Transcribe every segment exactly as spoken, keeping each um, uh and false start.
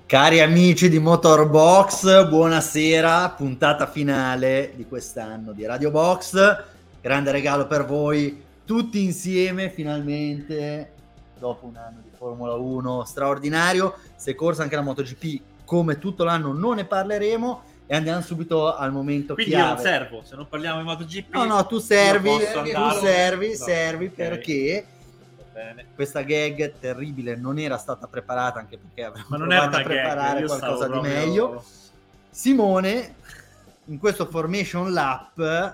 Cari amici di Motorbox, buonasera, puntata finale di quest'anno di Radio Box, grande regalo per voi, tutti insieme finalmente, dopo un anno di Formula uno straordinario, si è corsa anche la MotoGP, come tutto l'anno non ne parleremo e andiamo subito al momento Quindi chiave. io non servo, se non parliamo di MotoGP. No, no, tu servi, tu tu servi, no, servi okay. Perché... Bene. Questa gag terribile non era stata preparata, anche perché avremmo Ma non provato era a preparare gag, qualcosa di proprio... meglio. Simone, in questo Formation Lap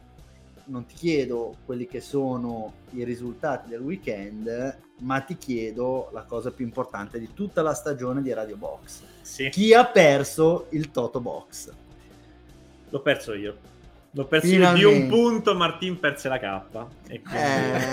non ti chiedo quelli che sono i risultati del weekend, ma ti chiedo la cosa più importante di tutta la stagione di Radio Box. Sì. Chi ha perso il Toto Box? L'ho perso io. L'ho perso Finalmente. Io di un punto, Martin perse la K. E quindi...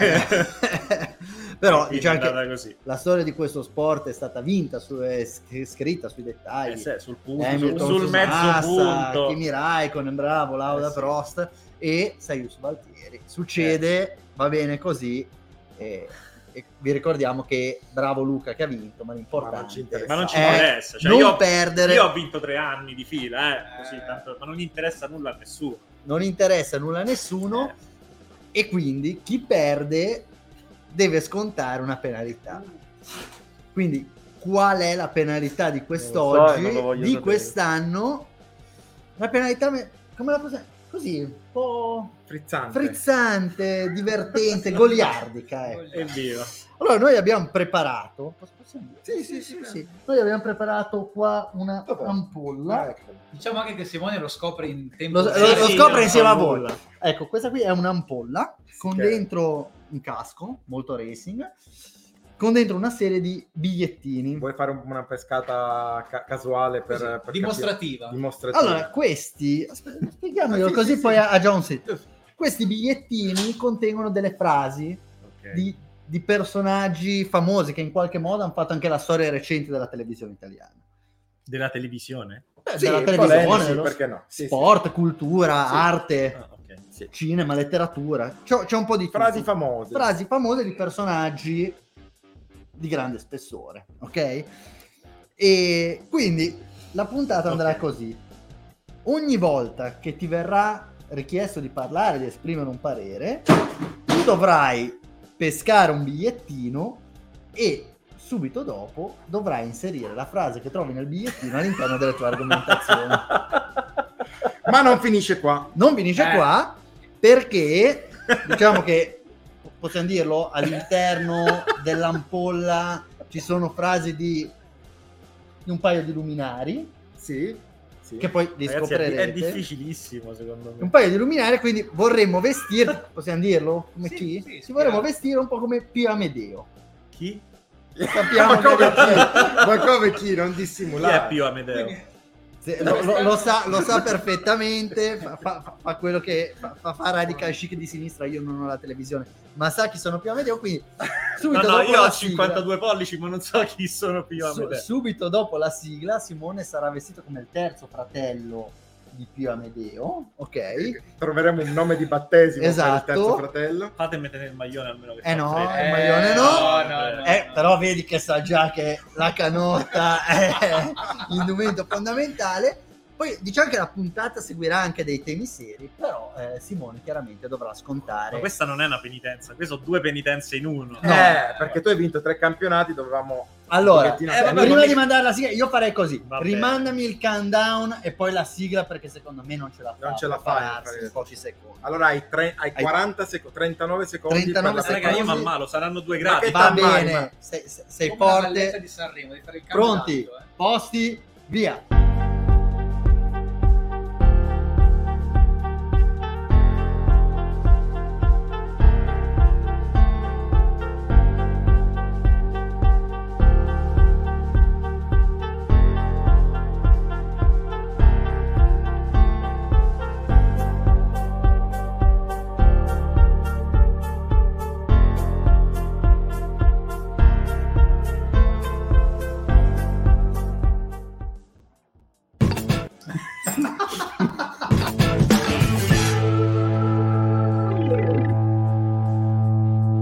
eh... Però quindi diciamo che così. La storia di questo sport è stata vinta, su, è scritta sui dettagli. Eh sì, sul punto, Hamilton, sul, sul mezzo Massa, punto. Kimi Raikkonen, bravo, Lauda Eh sì. Prost e Saius Valtieri. Succede, eh. va bene così. E, e vi ricordiamo che bravo Luca che ha vinto, ma l'importante ma non ci interessa, ma non ci è interessa. Cioè, non io, perdere. Io ho vinto tre anni di fila, eh, così, tanto, ma non interessa nulla a nessuno. Non interessa nulla a nessuno eh. E quindi chi perde deve scontare una penalità. Quindi qual è la penalità di quest'oggi, so, di sapere. Quest'anno? Una penalità come la possiamo... così un po' frizzante, frizzante divertente, goliardica, ecco. Evviva. Allora noi abbiamo preparato possiamo dire? Sì, sì, sì, sì. Noi abbiamo preparato qua una Vabbè. ampolla. Diciamo anche che Simone lo scopre in tempo. Lo, sì, lo, lo sì, scopre no, insieme no, a voi. Ecco, questa qui è un'ampolla con che... dentro un casco, molto racing, con dentro una serie di bigliettini. Vuoi fare una pescata ca- casuale per, così, per dimostrativa. Capire? dimostrativa? Allora, questi, spieghiamolo ah, sì, così sì, poi sì. a John Cena. Questi bigliettini contengono delle frasi okay. di, di personaggi famosi che in qualche modo hanno fatto anche la storia recente della televisione italiana. Della televisione? Beh, sì, della televisione, polemici, dello perché no? Sì, sport, sì. cultura, sì. arte, Ah, okay. sì. cinema, letteratura. C'è, c'è un po' di frasi tutto. famose. Frasi famose di personaggi di grande spessore, ok? E quindi la puntata andrà okay. così. Ogni volta che ti verrà richiesto di parlare, di esprimere un parere, tu dovrai pescare un bigliettino e subito dopo dovrai inserire la frase che trovi nel bigliettino all'interno delle tue argomentazioni. Ma non finisce qua. Non finisce eh. qua perché diciamo che, possiamo dirlo, all'interno dell'ampolla ci sono frasi di, di un paio di luminari. Sì. Sì. Che poi li Ragazzi, scoprirete. è difficilissimo secondo me. Un paio di luminari, quindi vorremmo vestire, possiamo dirlo? Come sì, chi? Sì, Ci vorremmo vestire un po' come Pio Amedeo. Chi? Sappiamo ma, come chi? ma come chi? Non dissimulare. Chi è Pio Amedeo? Quindi... Se, lo, lo, lo, sa, lo sa perfettamente, fa, fa, fa quello che fa, fa, fa radical chic di sinistra. Io non ho la televisione, ma sa chi sono Pio Amedeo, quindi subito no, no, dopo io la ho cinquantadue sigla, pollici, ma non so chi sono Pio Amedeo. Su, subito dopo la sigla Simone sarà vestito come il terzo fratello di Pio Amedeo, ok? Troveremo un nome di battesimo esatto. per il terzo fratello. Fatemi tenere il maglione almeno che eh no, freddo. il maglione no, no, no, no, eh, no. però vedi che sa già che la canotta è l'indumento fondamentale. Poi diciamo che la puntata seguirà anche dei temi seri, però eh, Simone chiaramente dovrà scontare. Ma questa non è una penitenza, queste sono due penitenze in uno. No, eh, perché tu hai vinto tre campionati, dovevamo... Allora, eh, vabbè, prima mi... di mandare la sigla, io farei così. Vabbè. Rimandami il countdown e poi la sigla, perché secondo me non ce la fa. Non ce la fai in pochi secondi. Allora hai, tre, hai quaranta secondi, trentanove secondi. trentanove per la Raga, io man mano, saranno due Ma gradi. Va mai, bene, ma... sei, sei Come la forte. di Sanremo, di fare il Pronti, campionato, eh. posti, via.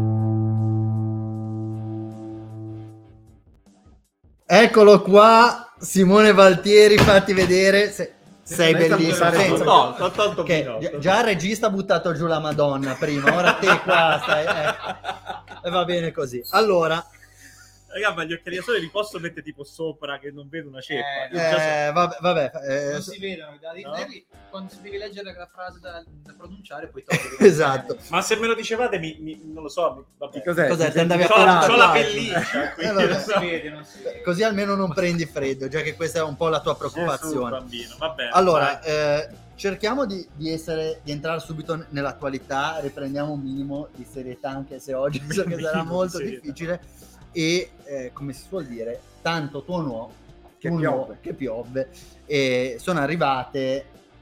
Eccolo qua, Simone Valtieri, fatti vedere. Se- sei Senza bellissimo. buttare Senza- giù. No, ho tolto che Binotto. già- già il regista ha buttato giù la Madonna prima, ora te qua stai, eh. E va bene così. Allora, Raga, ma gli occhiali da sole li posso mettere tipo sopra che non vedo una ceppa? Eh, Io già so- eh, vabbè, vabbè, eh, Non si vedono, da, No? devi- quando si devi leggere la frase da, da pronunciare, poi togli. Esatto. Ma se me lo dicevate, mi, mi- non lo so. Mi, vabbè. Che cos'è? Cos'è? Ti Ti andavi a senti C'ho, fare calato? c'ho la tatuaggio. pelliccia, Eh, quindi vabbè. non Non so. si vede, non si vede. Così almeno non prendi freddo, già che questa è un po' la tua Gesù, preoccupazione. bambino, va bene, Allora, dai. eh, cerchiamo di, di essere di entrare subito nell'attualità, riprendiamo un minimo di serietà, anche se oggi so che sarà Minimo di molto serietà. difficile. E eh, come si suol dire, tanto tuo nuovo Che tuo piove. nuovo che piove. E sono arrivate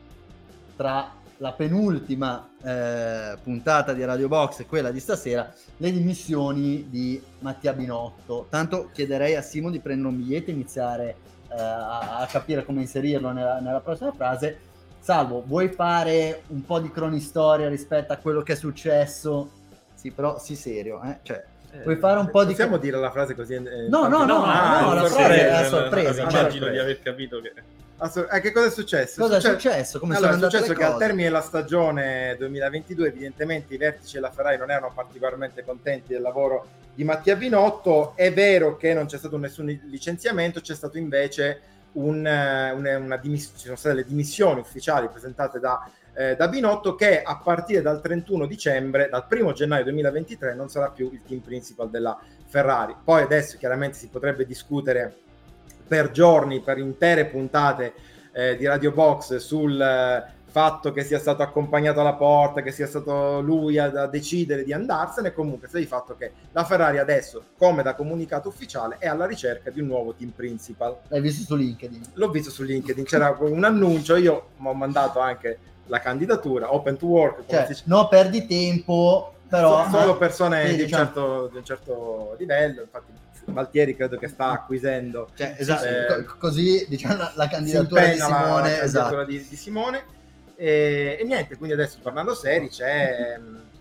tra la penultima eh, puntata di Radio Box e quella di stasera le dimissioni di Mattia Binotto. Tanto chiederei a Simo di prendere un biglietto e iniziare eh, a, a capire come inserirlo nella, nella prossima frase. Salvo, vuoi fare un po' di cronistoria rispetto a quello che è successo? Sì, però sì, serio, eh? Cioè, vuoi fare un po' di... Possiamo dire la frase così? eh, No, no, no, Ah, no, è la una frase è a sorpresa. sorpresa. Ah, Immagino sorpresa. di aver capito che... Assol- eh, che cosa è successo? Cosa è Succe- successo? Come allora, sono è andate successo le che al cose? termine della stagione duemilaventidue evidentemente i vertici della Ferrari non erano particolarmente contenti del lavoro di Mattia Binotto. È vero che non c'è stato nessun licenziamento, c'è stato invece un, eh, un- una dimis- ci sono state le dimissioni ufficiali presentate da, eh, da Binotto, che a partire dal trentuno dicembre, dal primo gennaio duemilaventitré non sarà più il team principal della Ferrari. Poi adesso chiaramente si potrebbe discutere per giorni, per intere puntate eh, di Radio Box sul eh, fatto che sia stato accompagnato alla porta, che sia stato lui a, a decidere di andarsene. Comunque sta di fatto che la Ferrari adesso, come da comunicato ufficiale, è alla ricerca di un nuovo team principal. L'hai visto su LinkedIn? L'ho visto su LinkedIn, c'era un annuncio, io ho mandato anche la candidatura, open to work, come Cioè, si dice. no, perdi tempo, però... So- solo persone Sì, di, un diciamo- certo, di un certo livello. Infatti Valtieri credo che sta acquisendo Cioè, esatto, Eh, co- così diciamo la, la si candidatura di impenna la- Simone, la candidatura esatto. di, di Simone e, e niente, quindi adesso tornando seri c'è,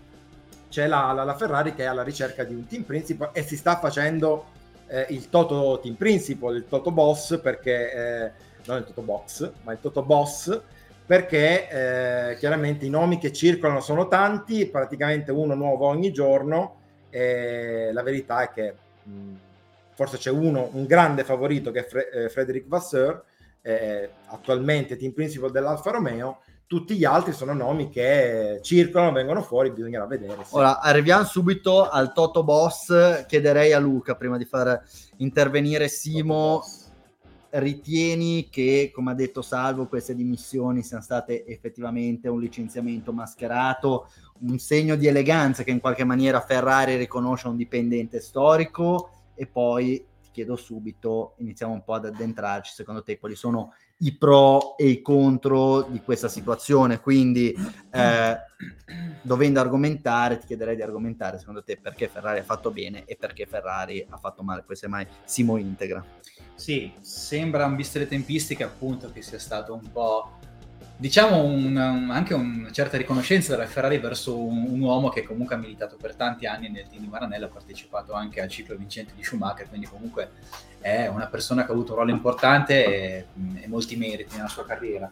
c'è la, la- la Ferrari che è alla ricerca di un team principal e si sta facendo eh, il Toto team principal, il Toto boss, perché eh, non il Toto box ma il Toto boss, perché eh, chiaramente i nomi che circolano sono tanti, praticamente uno nuovo ogni giorno, e la verità è che mh, forse c'è uno, un grande favorito che è Fre- eh, Frédéric Vasseur, eh, attualmente team principal dell'Alfa Romeo. Tutti gli altri sono nomi che circolano, vengono fuori, bisognerà vedere se- Ora arriviamo subito al Toto Boss. Chiederei a Luca, prima di far intervenire Simo, ritieni che, come ha detto Salvo, queste dimissioni siano state effettivamente un licenziamento mascherato, un segno di eleganza che in qualche maniera Ferrari riconosce a un dipendente storico? E poi ti chiedo subito, iniziamo un po' ad addentrarci, secondo te quali sono i pro e i contro di questa situazione? Quindi eh, dovendo argomentare, ti chiederei di argomentare secondo te perché Ferrari ha fatto bene e perché Ferrari ha fatto male. Poi semmai Simo integra. Sì, sembra, viste le tempistiche, appunto, che sia stato un po', diciamo, un- un- anche una certa riconoscenza della Ferrari verso un, un uomo che comunque ha militato per tanti anni nel team di Maranello, ha partecipato anche al ciclo vincente di Schumacher, quindi comunque è una persona che ha avuto un ruolo importante e, e molti meriti nella sua carriera.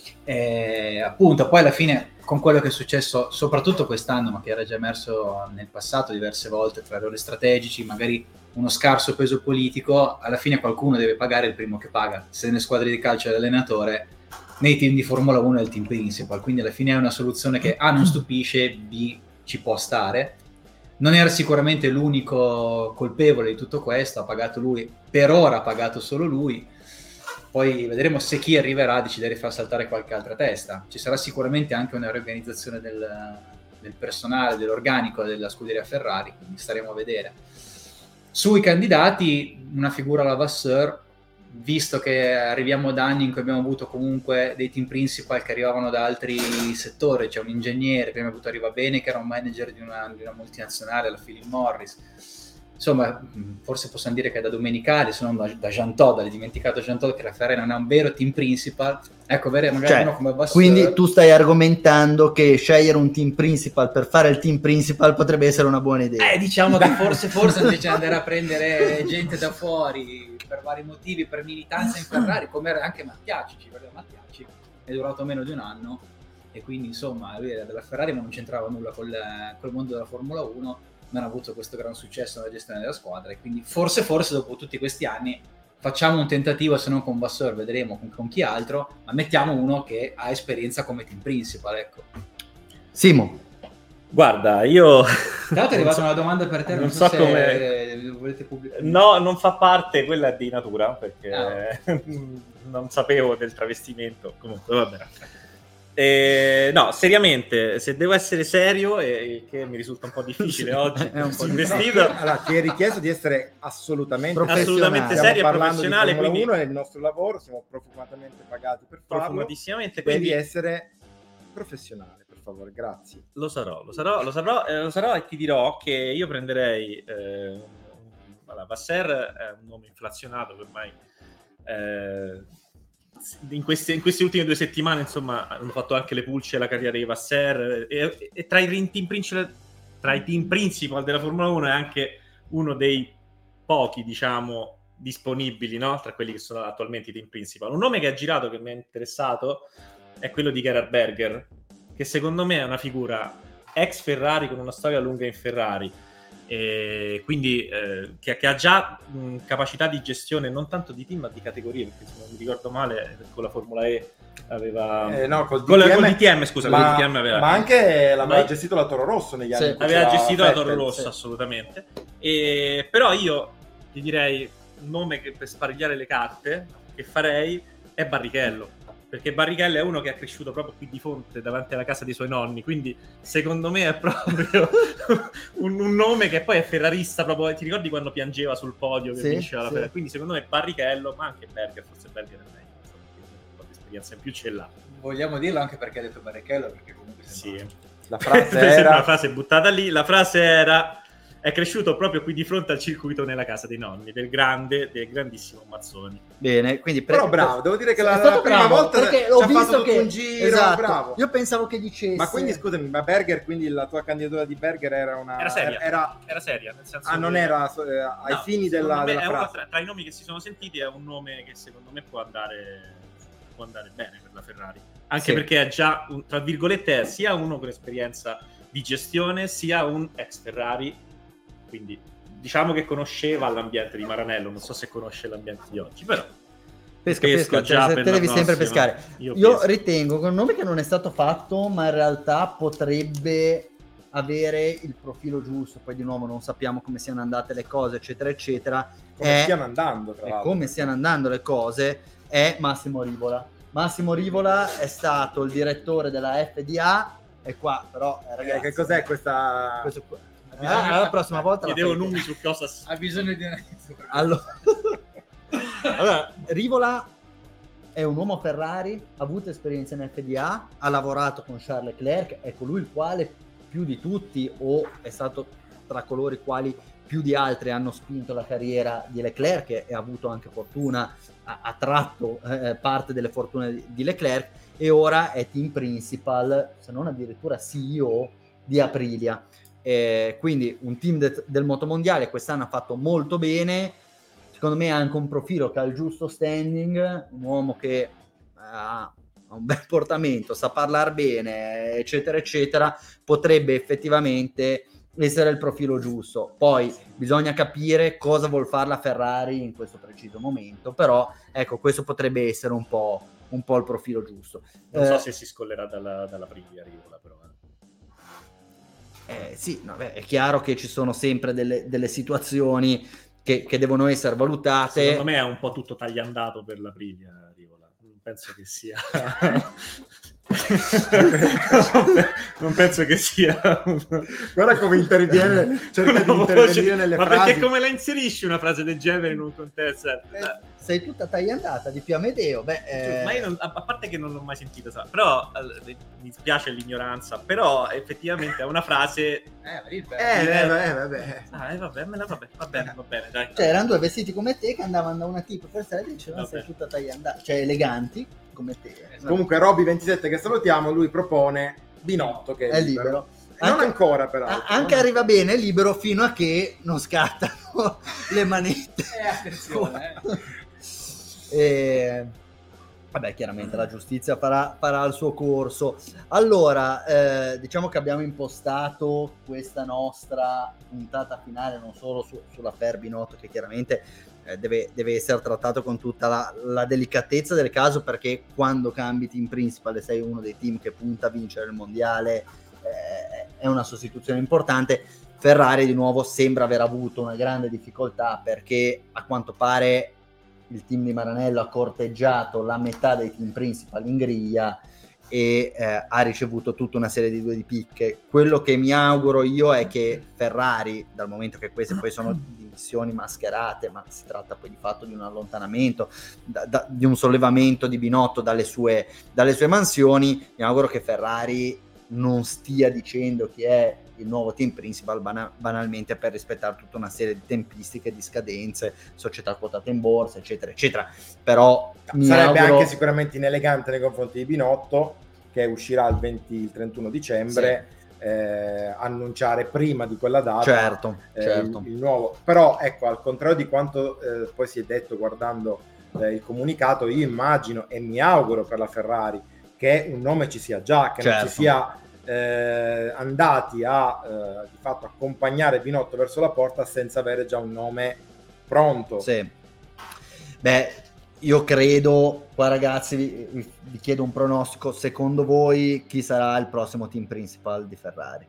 E, appunto, poi alla fine, con quello che è successo soprattutto quest'anno, ma che era già emerso nel passato diverse volte, tra errori strategici, magari uno scarso peso politico, alla fine qualcuno deve pagare, il primo che paga, se nelle squadre di calcio è l'allenatore, nei team di Formula uno è il team principal, quindi alla fine è una soluzione che A non stupisce, B ci può stare. Non era sicuramente l'unico colpevole di tutto questo, ha pagato lui, per ora ha pagato solo lui, poi vedremo se chi arriverà deciderà di far saltare qualche altra testa. Ci sarà sicuramente anche una riorganizzazione del, del personale, dell'organico della scuderia Ferrari, quindi staremo a vedere. Sui candidati, una figura alla Vasseur, visto che arriviamo da anni in cui abbiamo avuto comunque dei team principal che arrivavano da altri settori, c'è un ingegnere, prima è avuto Arriva Bene che era un manager di una, di una multinazionale, la Philip Morris, insomma, forse possiamo dire che è da domenicali, se non da, da Jean Todt, hai dimenticato Jean Todt che la Ferrari non è un vero team principal, ecco, avere magari cioè, uno come Vasseur. Quindi tu stai argomentando che scegliere un team principal per fare il team principal potrebbe essere una buona idea. Eh, diciamo che forse, forse invece andare a prendere gente da fuori per vari motivi, per militanza in Ferrari, come era anche Mattiacci, ci parliamo Mattiacci, è durato meno di un anno, e quindi insomma lui era della Ferrari ma non c'entrava nulla col, col mondo della Formula uno, non ha avuto questo gran successo nella gestione della squadra, e quindi forse forse dopo tutti questi anni facciamo un tentativo, se non con Vasseur vedremo con, con chi altro, ma mettiamo uno che ha esperienza come team principal, ecco. Simo, guarda, io Tra l'altro è arrivata so, una domanda per te, non, non so, so se come volete pubblicare. no, non fa parte, quella è di natura, perché Ah. non sapevo del travestimento, comunque vabbè. Eh, no, seriamente, se devo essere serio, e che mi risulta un po' difficile oggi, È un po' il difficile. vestito, Allora, ti è richiesto di essere assolutamente Professionale. assolutamente Stiamo serio e parlando professionale, di Formula quindi uno, è il nostro lavoro, siamo profumatamente pagati per farlo. profumatissimamente, Devi quindi essere professionale, per favore, grazie. lo sarò, lo sarò, lo sarò, eh, lo sarò e ti dirò che io prenderei eh, allora, Vasseur è un nome inflazionato che ormai eh, in, queste, in queste ultime due settimane insomma hanno fatto anche le pulce alla carriera di Vasseur, e, e tra, i team principal, tra i team principal della Formula uno è anche uno dei pochi, diciamo, disponibili, no? Tra quelli che sono attualmente i team principal. Un nome che ha girato, che mi è interessato, è quello di Gerhard Berger, che secondo me è una figura ex Ferrari con una storia lunga in Ferrari, e quindi eh, che, che ha già mh, capacità di gestione non tanto di team ma di categorie, perché se non mi ricordo male con la Formula E aveva Eh, no, col con, la- D T M, col D T M, scusa, ma, col D T M aveva, ma anche l'aveva Ma- gestito la Toro Rosso negli Sì. anni in cui aveva c'era gestito la Toro Vettel, Rosso, sì. assolutamente. E, però io ti direi un nome che per sparigliare le carte che farei è Barrichello, perché Barrichello è uno che è cresciuto proprio qui di fronte davanti alla casa dei suoi nonni, quindi secondo me è proprio un, un nome che poi è ferrarista proprio. Ti ricordi quando piangeva sul podio che Sì, vinceva la sì. Ferrari? Quindi secondo me Barrichello, ma anche Berger, forse Berger è meglio, insomma, perché un po' di esperienza in più ce l'ha. Vogliamo dirlo anche perché ha detto Barrichello, perché comunque Sì. sembra- La frase Sembra era una frase buttata lì. La frase era: è cresciuto proprio qui di fronte al circuito nella casa dei nonni del grande, del grandissimo Mazzoni. bene, quindi pre- però bravo, devo dire che È la, stato la prima bravo, volta perché ci ho ha visto fatto tutto che un giro, esatto, bravo. io pensavo che dicesse Ma quindi scusami, ma Berger, quindi la tua candidatura di Berger era una Era seria. era- Era seria, nel senso ah, non che- era eh, ai No, fini secondo della, me della è uno frase. tra, tra i nomi che si sono sentiti è un nome che secondo me può andare può andare bene per la Ferrari, anche Sì. perché è già un, tra virgolette è sia uno con esperienza di gestione sia un ex Ferrari, quindi diciamo che conosceva l'ambiente di Maranello. Non so se conosce l'ambiente di oggi, però pesca, pesco pesca, già te, per te la devi sempre prossima. pescare. Io Io pesco. ritengo che un nome che non è stato fatto, ma in realtà potrebbe avere il profilo giusto, poi di nuovo non sappiamo come siano andate le cose, eccetera, eccetera, Come è, stiano andando, tra è l'altro. come stiano andando le cose, è Massimo Rivola. Massimo Rivola è stato il direttore della F D A, e qua però, eh, Eh, ragazzi, che cos'è questa questo qua. Ah, la prossima volta la chiedevo fai te. numeri su cosa ha bisogno di analizzo. Allora, allora, Rivola è un uomo Ferrari, ha avuto esperienza in F D A, ha lavorato con Charles Leclerc, è colui il quale più di tutti, o è stato tra coloro i quali più di altri hanno spinto la carriera di Leclerc, e ha avuto anche fortuna, ha, ha tratto eh, parte delle fortune di, di Leclerc, e ora è team principal, se non addirittura C E O di Aprilia. Eh, quindi un team de- del motomondiale quest'anno ha fatto molto bene, secondo me ha anche un profilo che ha il giusto standing, un uomo che ha un bel portamento, sa parlare bene, eccetera eccetera, potrebbe effettivamente essere il profilo giusto. Poi bisogna capire cosa vuol fare la Ferrari in questo preciso momento, però ecco, questo potrebbe essere un po', un po' il profilo giusto. non so Eh, se si scollerà dalla, dalla Aprilia Rivola, però eh. Eh, sì, no, beh, è chiaro che ci sono sempre delle, delle situazioni che, che devono essere valutate. Secondo me è un po' tutto tagliandato per l'Aprilia Rivola. Non penso che sia non penso che sia Guarda come interviene, cerca di una intervenire voce- nelle ma frasi. perché come la inserisci una frase del genere in un contesto? Eh, sei tutta tagliandata di più Amedeo. Beh, eh, Ma io non- a a parte che non l'ho mai sentita, sa- però eh, mi spiace l'ignoranza, però effettivamente è una frase Eh, il Eh, eh, vabbè, vabbè. Ah, eh, vabbè, me la, vabbè, va bene, va bene, dai. Cioè, erano due vestiti come te che andavano da una tipo per strada e dicevano Vabbè. sei tutta tagliandata, cioè eleganti come te. Comunque Robby ventisette che salutiamo, lui propone Binotto che è, È libero. libero. Non Anche- ancora peraltro. A- anche arriva bene libero fino a che non scattano le manette. Eh, attenzione, eh. E... Vabbè, chiaramente la giustizia farà, farà il suo corso. Allora, eh, diciamo che abbiamo impostato questa nostra puntata finale non solo su, sull'affaire Binotto, che chiaramente eh, deve, deve essere trattato con tutta la, la delicatezza del caso, perché quando cambi team principal e sei uno dei team che punta a vincere il mondiale, eh, è una sostituzione importante. Ferrari di nuovo sembra aver avuto una grande difficoltà, perché a quanto pare il team di Maranello ha corteggiato la metà dei team principal in griglia e eh, ha ricevuto tutta una serie di due di picche. Quello che mi auguro io è che Ferrari, dal momento che queste poi sono dimissioni mascherate, ma si tratta poi di fatto di un allontanamento, da, da, di un sollevamento di Binotto dalle sue, dalle sue mansioni, mi auguro che Ferrari non stia dicendo chi è il nuovo team principal bana- banalmente per rispettare tutta una serie di tempistiche, di scadenze, società quotate in borsa, eccetera, eccetera. Però mi sarebbe auguro... anche sicuramente inelegante nei confronti di Binotto, che uscirà il venti, il trentuno dicembre, sì. eh, annunciare prima di quella data certo, eh, certo. Il, il nuovo. Però ecco, al contrario di quanto eh, poi si è detto guardando eh, il comunicato, io immagino e mi auguro per la Ferrari che un nome ci sia già, che certo. non ci sia eh, andati a eh, di fatto accompagnare Binotto verso la porta senza avere già un nome pronto. Sì. Beh, io credo, qua ragazzi vi, vi, vi chiedo un pronostico, secondo voi chi sarà il prossimo team principal di Ferrari?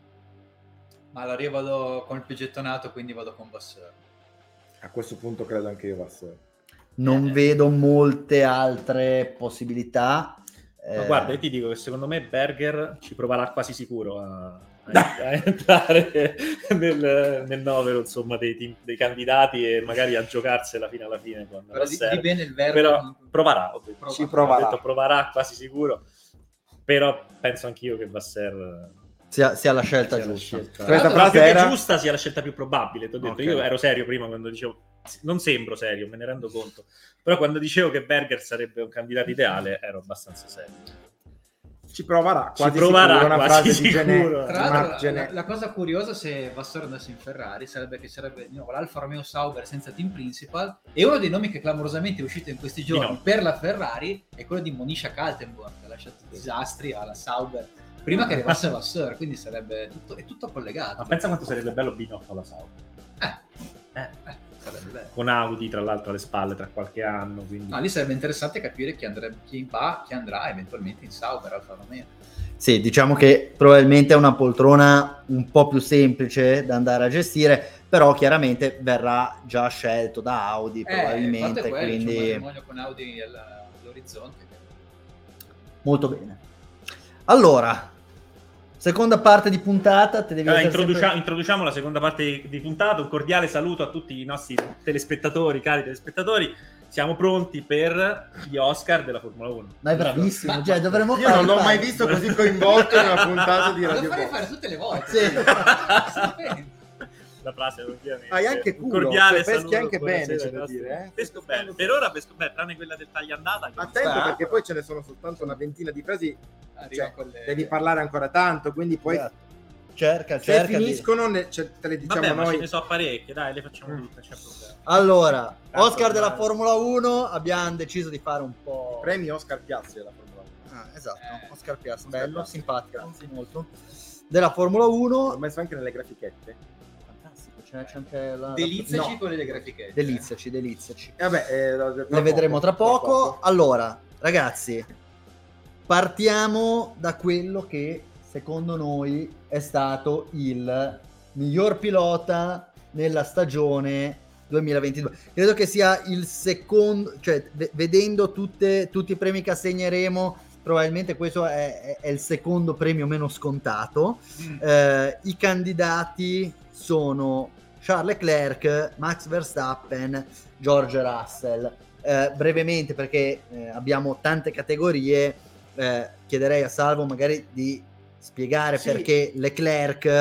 Ma allora io vado con il più gettonato, quindi vado con Vasseur. A questo punto credo anche io Vasseur. Non eh. vedo molte altre possibilità. Ma eh... guarda, io ti dico che secondo me Berger ci proverà quasi sicuro a, a, a entrare nel, nel novero, insomma, dei, team, dei candidati e magari a giocarsela fino alla fine con Però di, Vasseur. di bene il verbo. Però provarà, ho detto. Proverà. Ci proverà. Ho detto provarà quasi sicuro, però penso anch'io che Vasseur sia, sia la scelta sia la giusta. scelta. Questa No, frase più che era- giusta sia la scelta più probabile. T'ho detto, Ok. io ero serio prima quando dicevo, non sembro serio, me ne rendo conto, però quando dicevo che Berger sarebbe un candidato ideale ero abbastanza serio. Ci proverà, Ci quasi proverà, sicuro, una quasi frase di sicuro. Gené, Tra di l'altro, Marc la, Gené. la cosa curiosa se Vasseur andasse in Ferrari sarebbe che sarebbe di nuovo l'Alfa Romeo Sauber senza team principal, e uno dei nomi che clamorosamente è uscito in questi giorni no. per la Ferrari è quello di Monisha Kaltenborn, che ha lasciato disastri alla Sauber prima che arrivasse Vasseur, quindi sarebbe tutto, è tutto collegato. Ma pensa quanto sarebbe bello Binotto alla Sauber. Eh, Eh. eh, sarebbe bello. Con Audi tra l'altro alle spalle tra qualche anno, quindi No, lì sarebbe interessante capire chi, andrebbe, chi va, chi andrà eventualmente in Sauber, Alfa Romeo. Sì, diciamo che probabilmente è una poltrona un po' più semplice da andare a gestire, però chiaramente verrà già scelto da Audi probabilmente, Eh, quello, quindi c'è un matrimonio con Audi alla- all'orizzonte. molto bene. Allora, seconda parte di puntata, te devi Allora, essere introducia- sempre- introduciamo la seconda parte di, di puntata. Un cordiale saluto a tutti i nostri telespettatori, cari telespettatori. Siamo pronti per gli Oscar della Formula uno. Ma è bravissimo, Ma- cioè dovremmo Io fare non l'ho fare- mai visto così coinvolto in una puntata di Lo Radio farei Box. fare tutte le volte. Sì. La frase ovviamente. Hai anche Un culo, cordiale cioè, peschi saluto, anche bene, buonasera c'è ai da nostri- dire, eh. Pesco bene, per ora pesco bene, tranne quella del tagliandata. che- Attento Ah. perché poi ce ne sono soltanto una ventina di frasi, Arriva cioè, con le- devi parlare ancora tanto, quindi poi cerca, se cerca di- finiscono ne- ce- te le diciamo Vabbè, ma ce noi. ne so parecchie, dai, le facciamo Mm. tutte, non c'è problema. Allora, Cazzo, Oscar della dai. Formula uno, abbiamo deciso di fare un po'... Premi Oscar Piastri della Formula uno. Ah, esatto, Eh. Oscar Piastri, Oscar bello, Piastri. simpatico, anzi molto. Della Formula uno, L'ho messo anche nelle grafichette. fantastico, c'è c'è anche la... Deliziaci No. con le grafichette. Deliziaci, deliziaci. E vabbè, eh, lo- tra Le vedremo tra poco. poco. Allora, ragazzi, partiamo da quello che secondo noi è stato il miglior pilota nella stagione duemilaventidue. Credo che sia il secondo, cioè v- vedendo tutte, tutti i premi che assegneremo, probabilmente questo è, è- è il secondo premio meno scontato. Mm. Eh, I candidati sono Charles Leclerc, Max Verstappen, George Russell. Eh, brevemente, perché eh, abbiamo tante categorie, eh, chiederei a Salvo magari di spiegare Sì. perché Leclerc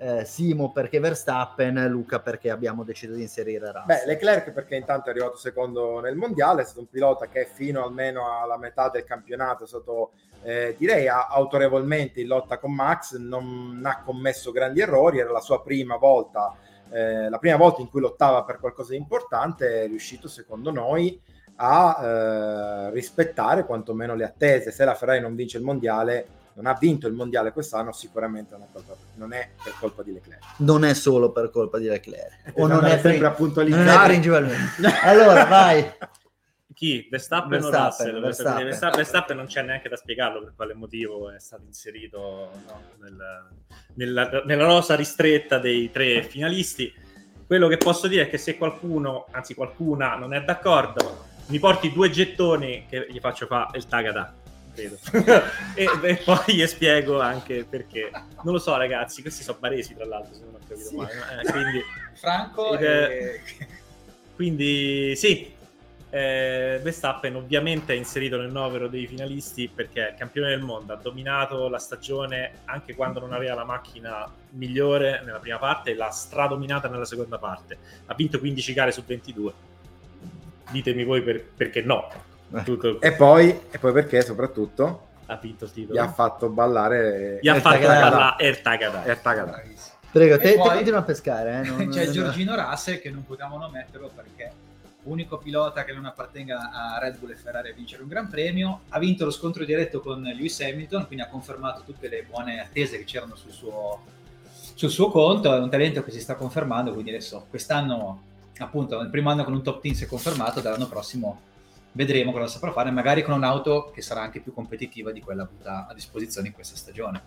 eh, Simo perché Verstappen, Luca perché abbiamo deciso di inserire Russell. Beh, Leclerc perché intanto è arrivato secondo nel mondiale, è stato un pilota che fino almeno alla metà del campionato è stato eh, direi autorevolmente in lotta con Max, non ha commesso grandi errori, era la sua prima volta, eh, la prima volta in cui lottava per qualcosa di importante, è riuscito secondo noi a eh, rispettare quantomeno le attese. Se la Ferrari non vince il mondiale, non ha vinto il mondiale quest'anno, sicuramente non è, colpa, non è per colpa di Leclerc. Non è solo per colpa di Leclerc. O non è, sempre pri- a puntualizzare. Non è principalmente. Allora, vai. Chi? Verstappen, Verstappen, o Russell? Verstappen. Verstappen. Verstappen non c'è neanche da spiegarlo per quale motivo è stato inserito, no, nel, nella, nella rosa ristretta dei tre finalisti. Quello che posso dire è che se qualcuno, anzi qualcuna, non è d'accordo, mi porti due gettoni che gli faccio fare il tagada, credo. e, e poi gli spiego anche perché. Non lo so, ragazzi, questi sono baresi tra l'altro, se non ho capito Sì. male. Eh, quindi, Franco ed, e... quindi sì, eh, Verstappen ovviamente è inserito nel novero dei finalisti perché è campione del mondo, ha dominato la stagione anche quando non aveva la macchina migliore nella prima parte e l'ha stradominata nella seconda parte, ha vinto quindici gare su ventidue. Ditemi voi per, perché no. Tutto... E poi, e poi perché soprattutto ha vinto il titolo, gli ha fatto ballare gli ha fatto Ertagada. ballare Ertagada. Ertagada. Prego, E te, poi- te continua a pescare. Eh? Non, C'è non- Giorgino Russell che non potevamo non metterlo perché unico pilota che non appartenga a Red Bull e Ferrari a vincere un gran premio, ha vinto lo scontro diretto con Lewis Hamilton, quindi ha confermato tutte le buone attese che c'erano sul suo, sul suo conto, è un talento che si sta confermando, quindi adesso quest'anno appunto nel primo anno con un top team si è confermato, dall'anno prossimo vedremo cosa saprà fare, magari con un'auto che sarà anche più competitiva di quella avuta a disposizione in questa stagione.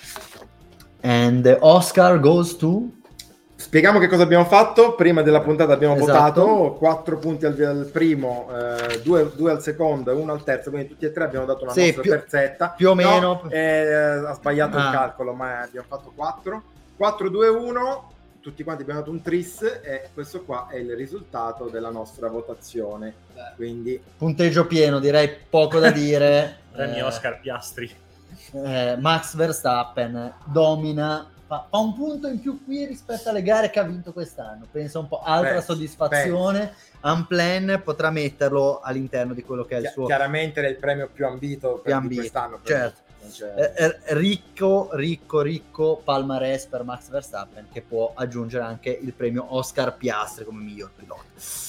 And the Oscar goes to... Spieghiamo che cosa abbiamo fatto. Prima della puntata abbiamo Esatto. votato quattro punti al, al primo, eh, due, due al secondo e uno al terzo, quindi tutti e tre abbiamo dato una Sì, nostra più- terzetta. più o No, meno. eh, ha sbagliato Ah. il calcolo, ma abbiamo fatto quattro. quattro, due, uno, tutti quanti abbiamo dato un tris e questo qua è il risultato della nostra votazione. Quindi Punteggio pieno, direi poco da dire. Premi Eh, Oscar Piastri. eh, Max Verstappen domina, fa, fa un punto in più qui rispetto alle gare che ha vinto quest'anno. Pensa un po', altra Penso, soddisfazione. Unplan potrà metterlo all'interno di quello che è il chi- suo chiaramente era il premio più ambito per più di ambito. quest'anno. per- Certo. non c'è- Eh, eh, ricco, ricco, ricco palmarès per Max Verstappen, che può aggiungere anche il premio Oscar Piastri come miglior pilota.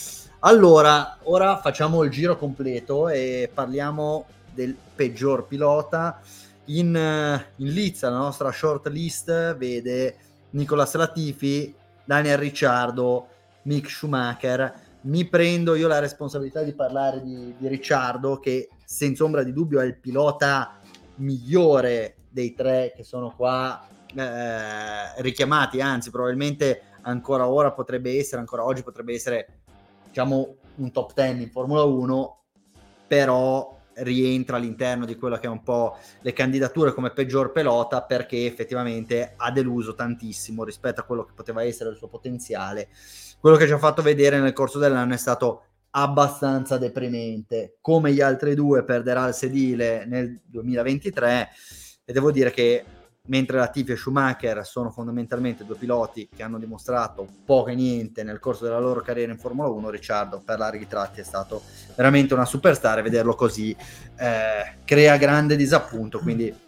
Allora, ora facciamo il giro completo e parliamo del peggior pilota. In, eh, in lizza la nostra short list vede Nicolas Latifi, Daniel Ricciardo, Mick Schumacher. Mi prendo io la responsabilità di parlare di, di Ricciardo, che senza ombra di dubbio è il pilota migliore dei tre che sono qua eh, richiamati, anzi probabilmente ancora ora potrebbe essere, ancora oggi potrebbe essere, diciamo, un top dieci in Formula uno, però rientra all'interno di quello che è un po' le candidature come peggior pilota, perché effettivamente ha deluso tantissimo rispetto a quello che poteva essere il suo potenziale. Quello che ci ha fatto vedere nel corso dell'anno è stato abbastanza deprimente. Come gli altri due perderà il sedile nel duemilaventitré, e devo dire che mentre Latifi e Schumacher sono fondamentalmente due piloti che hanno dimostrato poco e niente nel corso della loro carriera in Formula uno, Ricciardo per larghi tratti è stato veramente una superstar, e vederlo così eh, crea grande disappunto, quindi eh,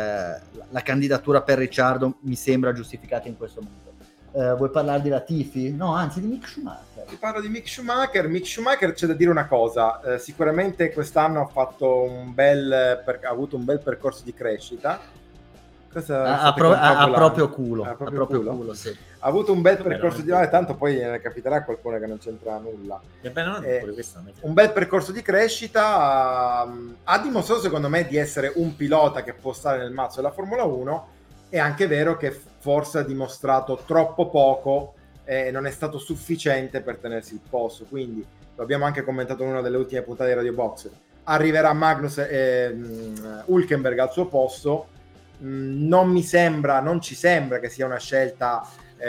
la candidatura per Ricciardo mi sembra giustificata in questo modo. Eh, vuoi parlare di Latifi? No, anzi di Mick Schumacher. Ti parlo di Mick Schumacher. Mick Schumacher, c'è da dire una cosa, eh, sicuramente quest'anno ha fatto un bel per, ha avuto un bel percorso di crescita. Cosa Ha, ha state pro- ha- ha confabulando? proprio culo, Ha ha proprio proprio culo? culo, sì. Ha avuto un bel Vabbè, percorso di veramente. male, tanto poi ne capiterà a qualcuno che non c'entra nulla. Ebbene, non Eh, pure questa, non è Un bel percorso di crescita, um, ha dimostrato secondo me di essere un pilota che può stare nel mazzo della Formula uno. È anche vero che forse ha dimostrato troppo poco e non è stato sufficiente per tenersi il posto, quindi lo abbiamo anche commentato in una delle ultime puntate di Radio Box. Arriverà Magnus e um, Hülkenberg al suo posto. Mm, non mi sembra, non ci sembra che sia una scelta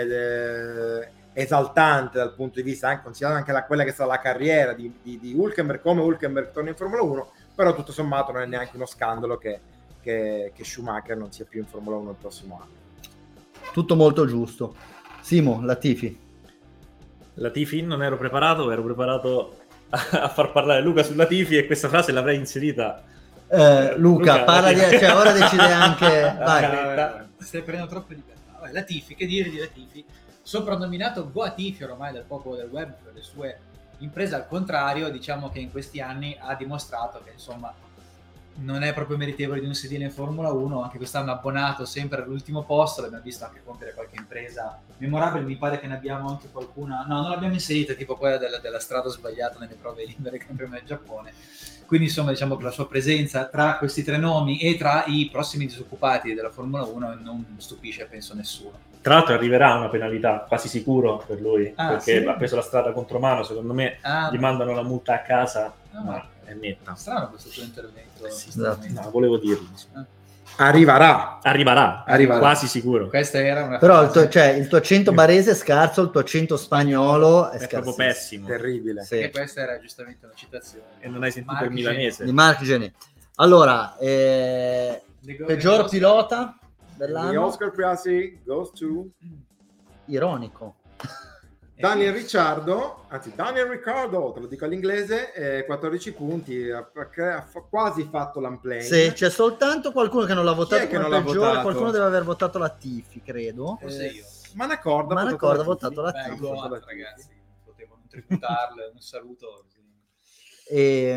eh, esaltante dal punto di vista, anche considerando anche la, quella che è stata la carriera di, di, di Hülkenberg, come Hülkenberg torna in Formula uno, però tutto sommato non è neanche uno scandalo che, che, che Schumacher non sia più in Formula uno il prossimo anno. tutto molto giusto. Simo, Latifi. Latifi, non ero preparato, ero preparato a, a far parlare Luca su Latifi e questa frase l'avrei inserita. Eh, Luca, Luca, parla di... Latifi. Cioè, ora decide anche... Vai. Vai, stai prendendo troppe libertà. Vai, Latifi, che dire di Latifi? Soprannominato Goatifi ormai dal popolo del web per le sue imprese, al contrario, diciamo che in questi anni ha dimostrato che insomma non è proprio meritevole di un sedile in Formula uno, anche quest'anno abbonato sempre all'ultimo posto, l'abbiamo visto anche compiere qualche impresa memorabile, mi pare che ne abbiamo anche qualcuna, no non l'abbiamo inserita, tipo quella della, della strada sbagliata nelle prove libere campione del Giappone, quindi insomma diciamo che la sua presenza tra questi tre nomi e tra i prossimi disoccupati della Formula uno non stupisce penso nessuno. Tra l'altro arriverà una penalità quasi sicuro per lui, Ah, perché sì? ha preso la strada contromano, secondo me Ah, gli mandano la multa a casa, Ah, ma è netta. strano questo tuo intervento. Sì, esatto. No, volevo dirlo. Arriverà. Arriverà, Arriverà. quasi sicuro. Questa era una Però il tuo, frase- cioè, il tuo accento barese è scarso, il tuo accento spagnolo è, È proprio scarsissimo. pessimo. Terribile. Sì. Perché questa era giustamente una citazione. E non hai sentito Marchi il milanese. Di Marc Gené. Allora, eh, peggior pilota The dell'anno? Oscar Piastri goes to Ironico. Daniel Ricciardo, anzi Daniel Ricciardo, te lo dico all'inglese, eh, quattordici punti, ha, ha- ha quasi fatto l'unplane. Sì, c'è soltanto qualcuno che non l'ha votato è che come non l'ha peggiore, votato? qualcuno deve aver votato la Tifi, credo. Forse io. Ma una corda, Ma una corda ha votato la Beh, Tifi. go on, ragazzi, potevo non tributarle, un saluto. E,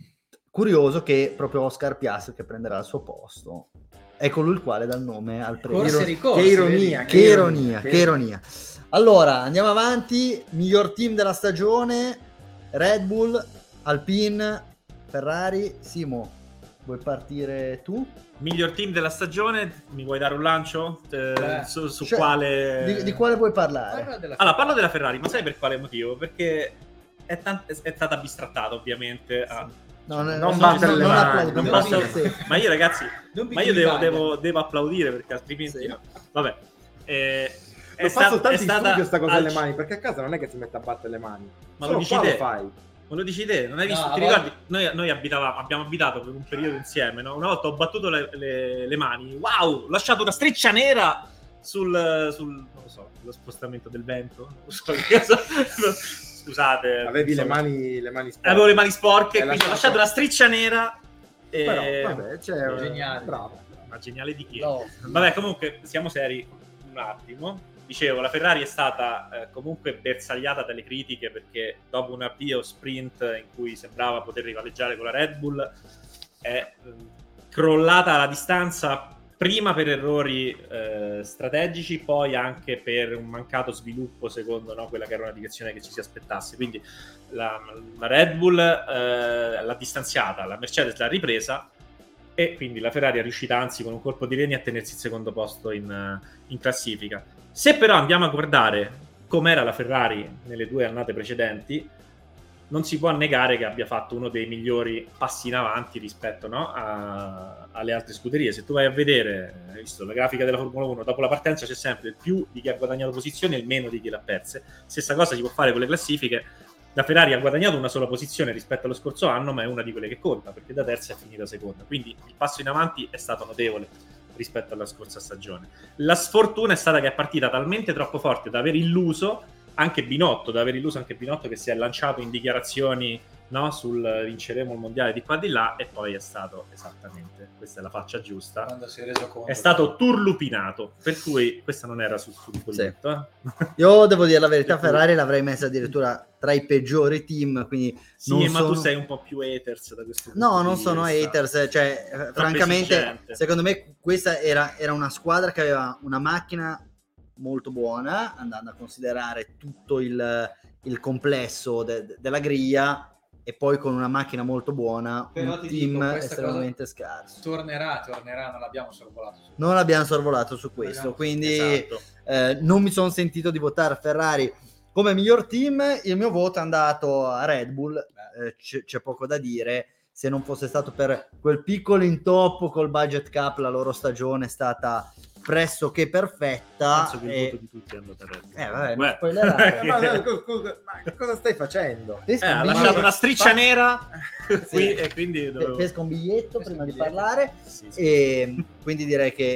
curioso che proprio Oscar Piastri, che prenderà il suo posto, è colui il quale dà il nome al premio. Corse e ricorsi, che ironia, vedi? Che ironia, che ironia. Allora, andiamo avanti. Miglior team della stagione: Red Bull, Alpine, Ferrari. Simo, vuoi partire tu? Miglior team della stagione, mi vuoi dare un lancio? Eh, Beh, su su cioè, quale... Di, di quale vuoi parlare? Parla della Allora, parlo della Ferrari, ma sai per quale motivo? Perché è, tan- è stata bistrattata, ovviamente. a- No, Non non, battere le non mani, applaudo, non non posso- applaudo. Ma io, ragazzi, Non ma io devo, Italia. devo- devo applaudire perché altrimenti Sì. no. Vabbè. Eh, è Lo sta- fa soltanto è in stata studio sta cosa al- alle mani, perché a casa non è che si mette a battere le mani. Ma Solo lo dici qua te? lo fai. Ma lo dici te, non hai No, visto? a Ti volte- ricordi? Noi, noi abitavamo, abbiamo abitato per un periodo insieme, no? Una volta ho battuto le, le- le mani, wow, ho lasciato una striscia nera sul, sul non lo so, lo spostamento del vento. Non so che cosa- Scusate. Avevi le insomma. mani, le mani sporche. Avevo le mani sporche, Hai quindi ho lasciato- lasciato una striscia nera. E... Però, vabbè, cioè, Geniale. bravo. Ma geniale di chi? No. Vabbè, comunque, siamo seri un attimo. Dicevo, la Ferrari è stata eh, comunque bersagliata dalle critiche perché dopo un avvio sprint in cui sembrava poter rivaleggiare con la Red Bull è eh, crollata alla distanza prima per errori eh, strategici, poi anche per un mancato sviluppo secondo no, quella che era una direzione che ci si aspettasse. Quindi la, la Red Bull eh, l'ha distanziata, la Mercedes l'ha ripresa e quindi la Ferrari è riuscita anzi con un colpo di reni a tenersi il secondo posto in, in classifica. Se però andiamo a guardare com'era la Ferrari nelle due annate precedenti, non si può negare che abbia fatto uno dei migliori passi in avanti rispetto no, a, alle altre scuderie. Se tu vai a vedere, hai visto la grafica della Formula uno, dopo la partenza c'è sempre il più di chi ha guadagnato posizioni e il meno di chi l'ha perse. Stessa cosa si può fare con le classifiche. La Ferrari ha guadagnato una sola posizione rispetto allo scorso anno, ma è una di quelle che conta, perché da terza è finita seconda. Quindi il passo in avanti è stato notevole rispetto alla scorsa stagione. La sfortuna è stata che è partita talmente troppo forte da aver illuso anche Binotto, da aver illuso anche Binotto che si è lanciato in dichiarazioni no, sul vinceremo il mondiale di qua e di là, e poi è stato esattamente, questa è la faccia giusta, Quando si è reso conto è stato turlupinato, per cui questa non era sul sul folletto, eh. Io devo dire la verità, Per cui- Ferrari l'avrei messa addirittura tra i peggiori team, quindi Sì, non ma sono... tu sei un po' più haters da questo punto No, di non sono vista. haters, cioè eh, francamente esigente. secondo me questa era, era una squadra che aveva una macchina molto buona, andando a considerare tutto il, il complesso de- de- della griglia, e poi con una macchina molto buona, Però un ti team dico, questa estremamente scarso. tornerà, tornerà, non l'abbiamo sorvolato su- Non abbiamo sorvolato su questo, Abbiamo- quindi Esatto. eh, non mi sono sentito di votare Ferrari come miglior team. Il mio voto è andato a Red Bull, eh, c- c'è poco da dire. Se non fosse stato per quel piccolo intoppo col budget cap, la loro stagione è stata pressoché perfetta. Penso che il e- voto di tutti è andato a Red Bull. Eh, vabbè, non Beh. spoilerare. Eh, ma, ma- co- co- ma cosa stai facendo? Pesca Eh, un ha biglietto- lasciato una striscia nera qui Sì. e quindi pe- dovevo... pesca un biglietto Pesca prima un di biglietto. parlare, Sì, sì. e quindi direi che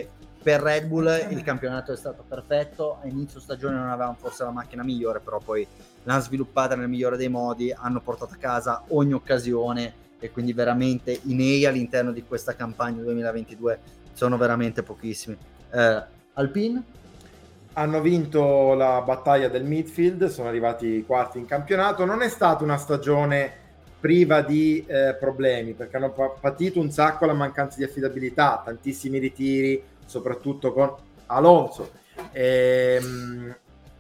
per Red Bull il campionato è stato perfetto, a inizio stagione non avevamo forse la macchina migliore, però poi l'hanno sviluppata nel migliore dei modi, hanno portato a casa ogni occasione e quindi veramente i nei all'interno di questa campagna duemilaventidue sono veramente pochissimi. eh, Alpine? Hanno vinto la battaglia del midfield, sono arrivati quarti in campionato, non è stata una stagione priva di eh, problemi, perché hanno pa- patito un sacco la mancanza di affidabilità, tantissimi ritiri, soprattutto con Alonso. Ehm...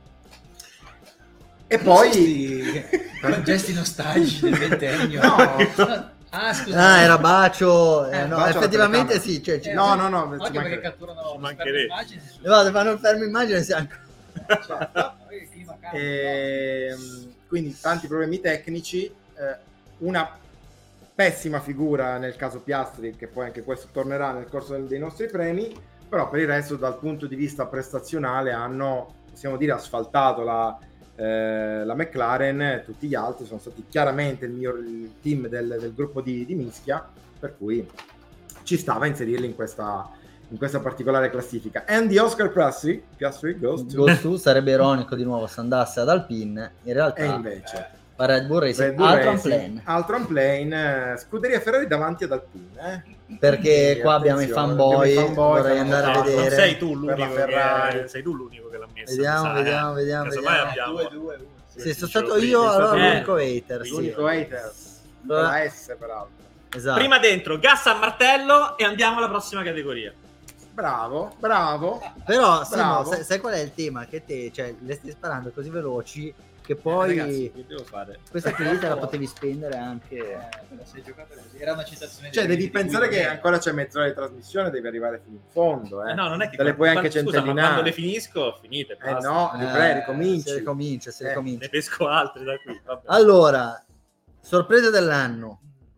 E poi gesti nostalgici del ventennio. No. Ah, scusa. Ah, era Bacio, eh, Eh, no, Bacio alla effettivamente telecamera. sì, cioè, ci- Eh, no, no, no, Occhio ci perché mancherebbe. catturano Ci lo mancherebbe. schermo immagini. Guarda, fanno il fermo immagine se anche... Cioè, il clima cambia, Ehm, quindi tanti problemi tecnici, eh, una pessima figura nel caso Piastri, che poi anche questo tornerà nel corso dei nostri premi, però per il resto dal punto di vista prestazionale hanno, possiamo dire, asfaltato la, eh, la McLaren. Tutti gli altri sono stati chiaramente il miglior il team del, del gruppo di, di Mischia, per cui ci stava a inserirli in questa, in questa particolare classifica. And the Oscar Piastri, Piastri goes to... Goes to, sarebbe ironico di nuovo se andasse ad Alpine, in realtà E invece fa Red Bull Racing, Red Bull Altron Racing, Plane, Altron Plane, eh, scuderia Ferrari davanti ad Alpine, eh. perché Quindi, qua abbiamo i attenzione, fanboy, abbiamo i fanboy, vorrei fanno- andare a No, non vedere. sei tu per l'unico la che Ferrari. sei tu l'unico che l'ha messo. Vediamo, mi sa, vediamo, eh. vediamo, Casomai vediamo. abbiamo- due, due, uno. Sì, sono Dicevo stato prima, io sei stato allora tu. l'unico hater, sì. L'unico hater, con la S peraltro. Esatto. Prima dentro, gas a martello e andiamo alla prossima categoria. Bravo, bravo. Però Simo, Bravo. sai, sai qual è il tema? Che te, cioè, le stai sparando così veloci che Eh, poi ragazzi, che devo fare? questa qui te la potevi spendere anche. Eh, però sei giocato così. Era una citazione Cioè, di- devi di pensare Guido che Meda. ancora c'è mezz'ora di trasmissione, devi arrivare fino in fondo, eh. Eh, no, non è che Te le quando- puoi anche quando- scusa, ma centellinare. quando le finisco, finite. Eh basta. no, Eh, Libre, ricominci. Si ricomincia, si Eh. ricomincia. Ne pesco altre da qui. Vabbè. Allora, sorprese dell'anno.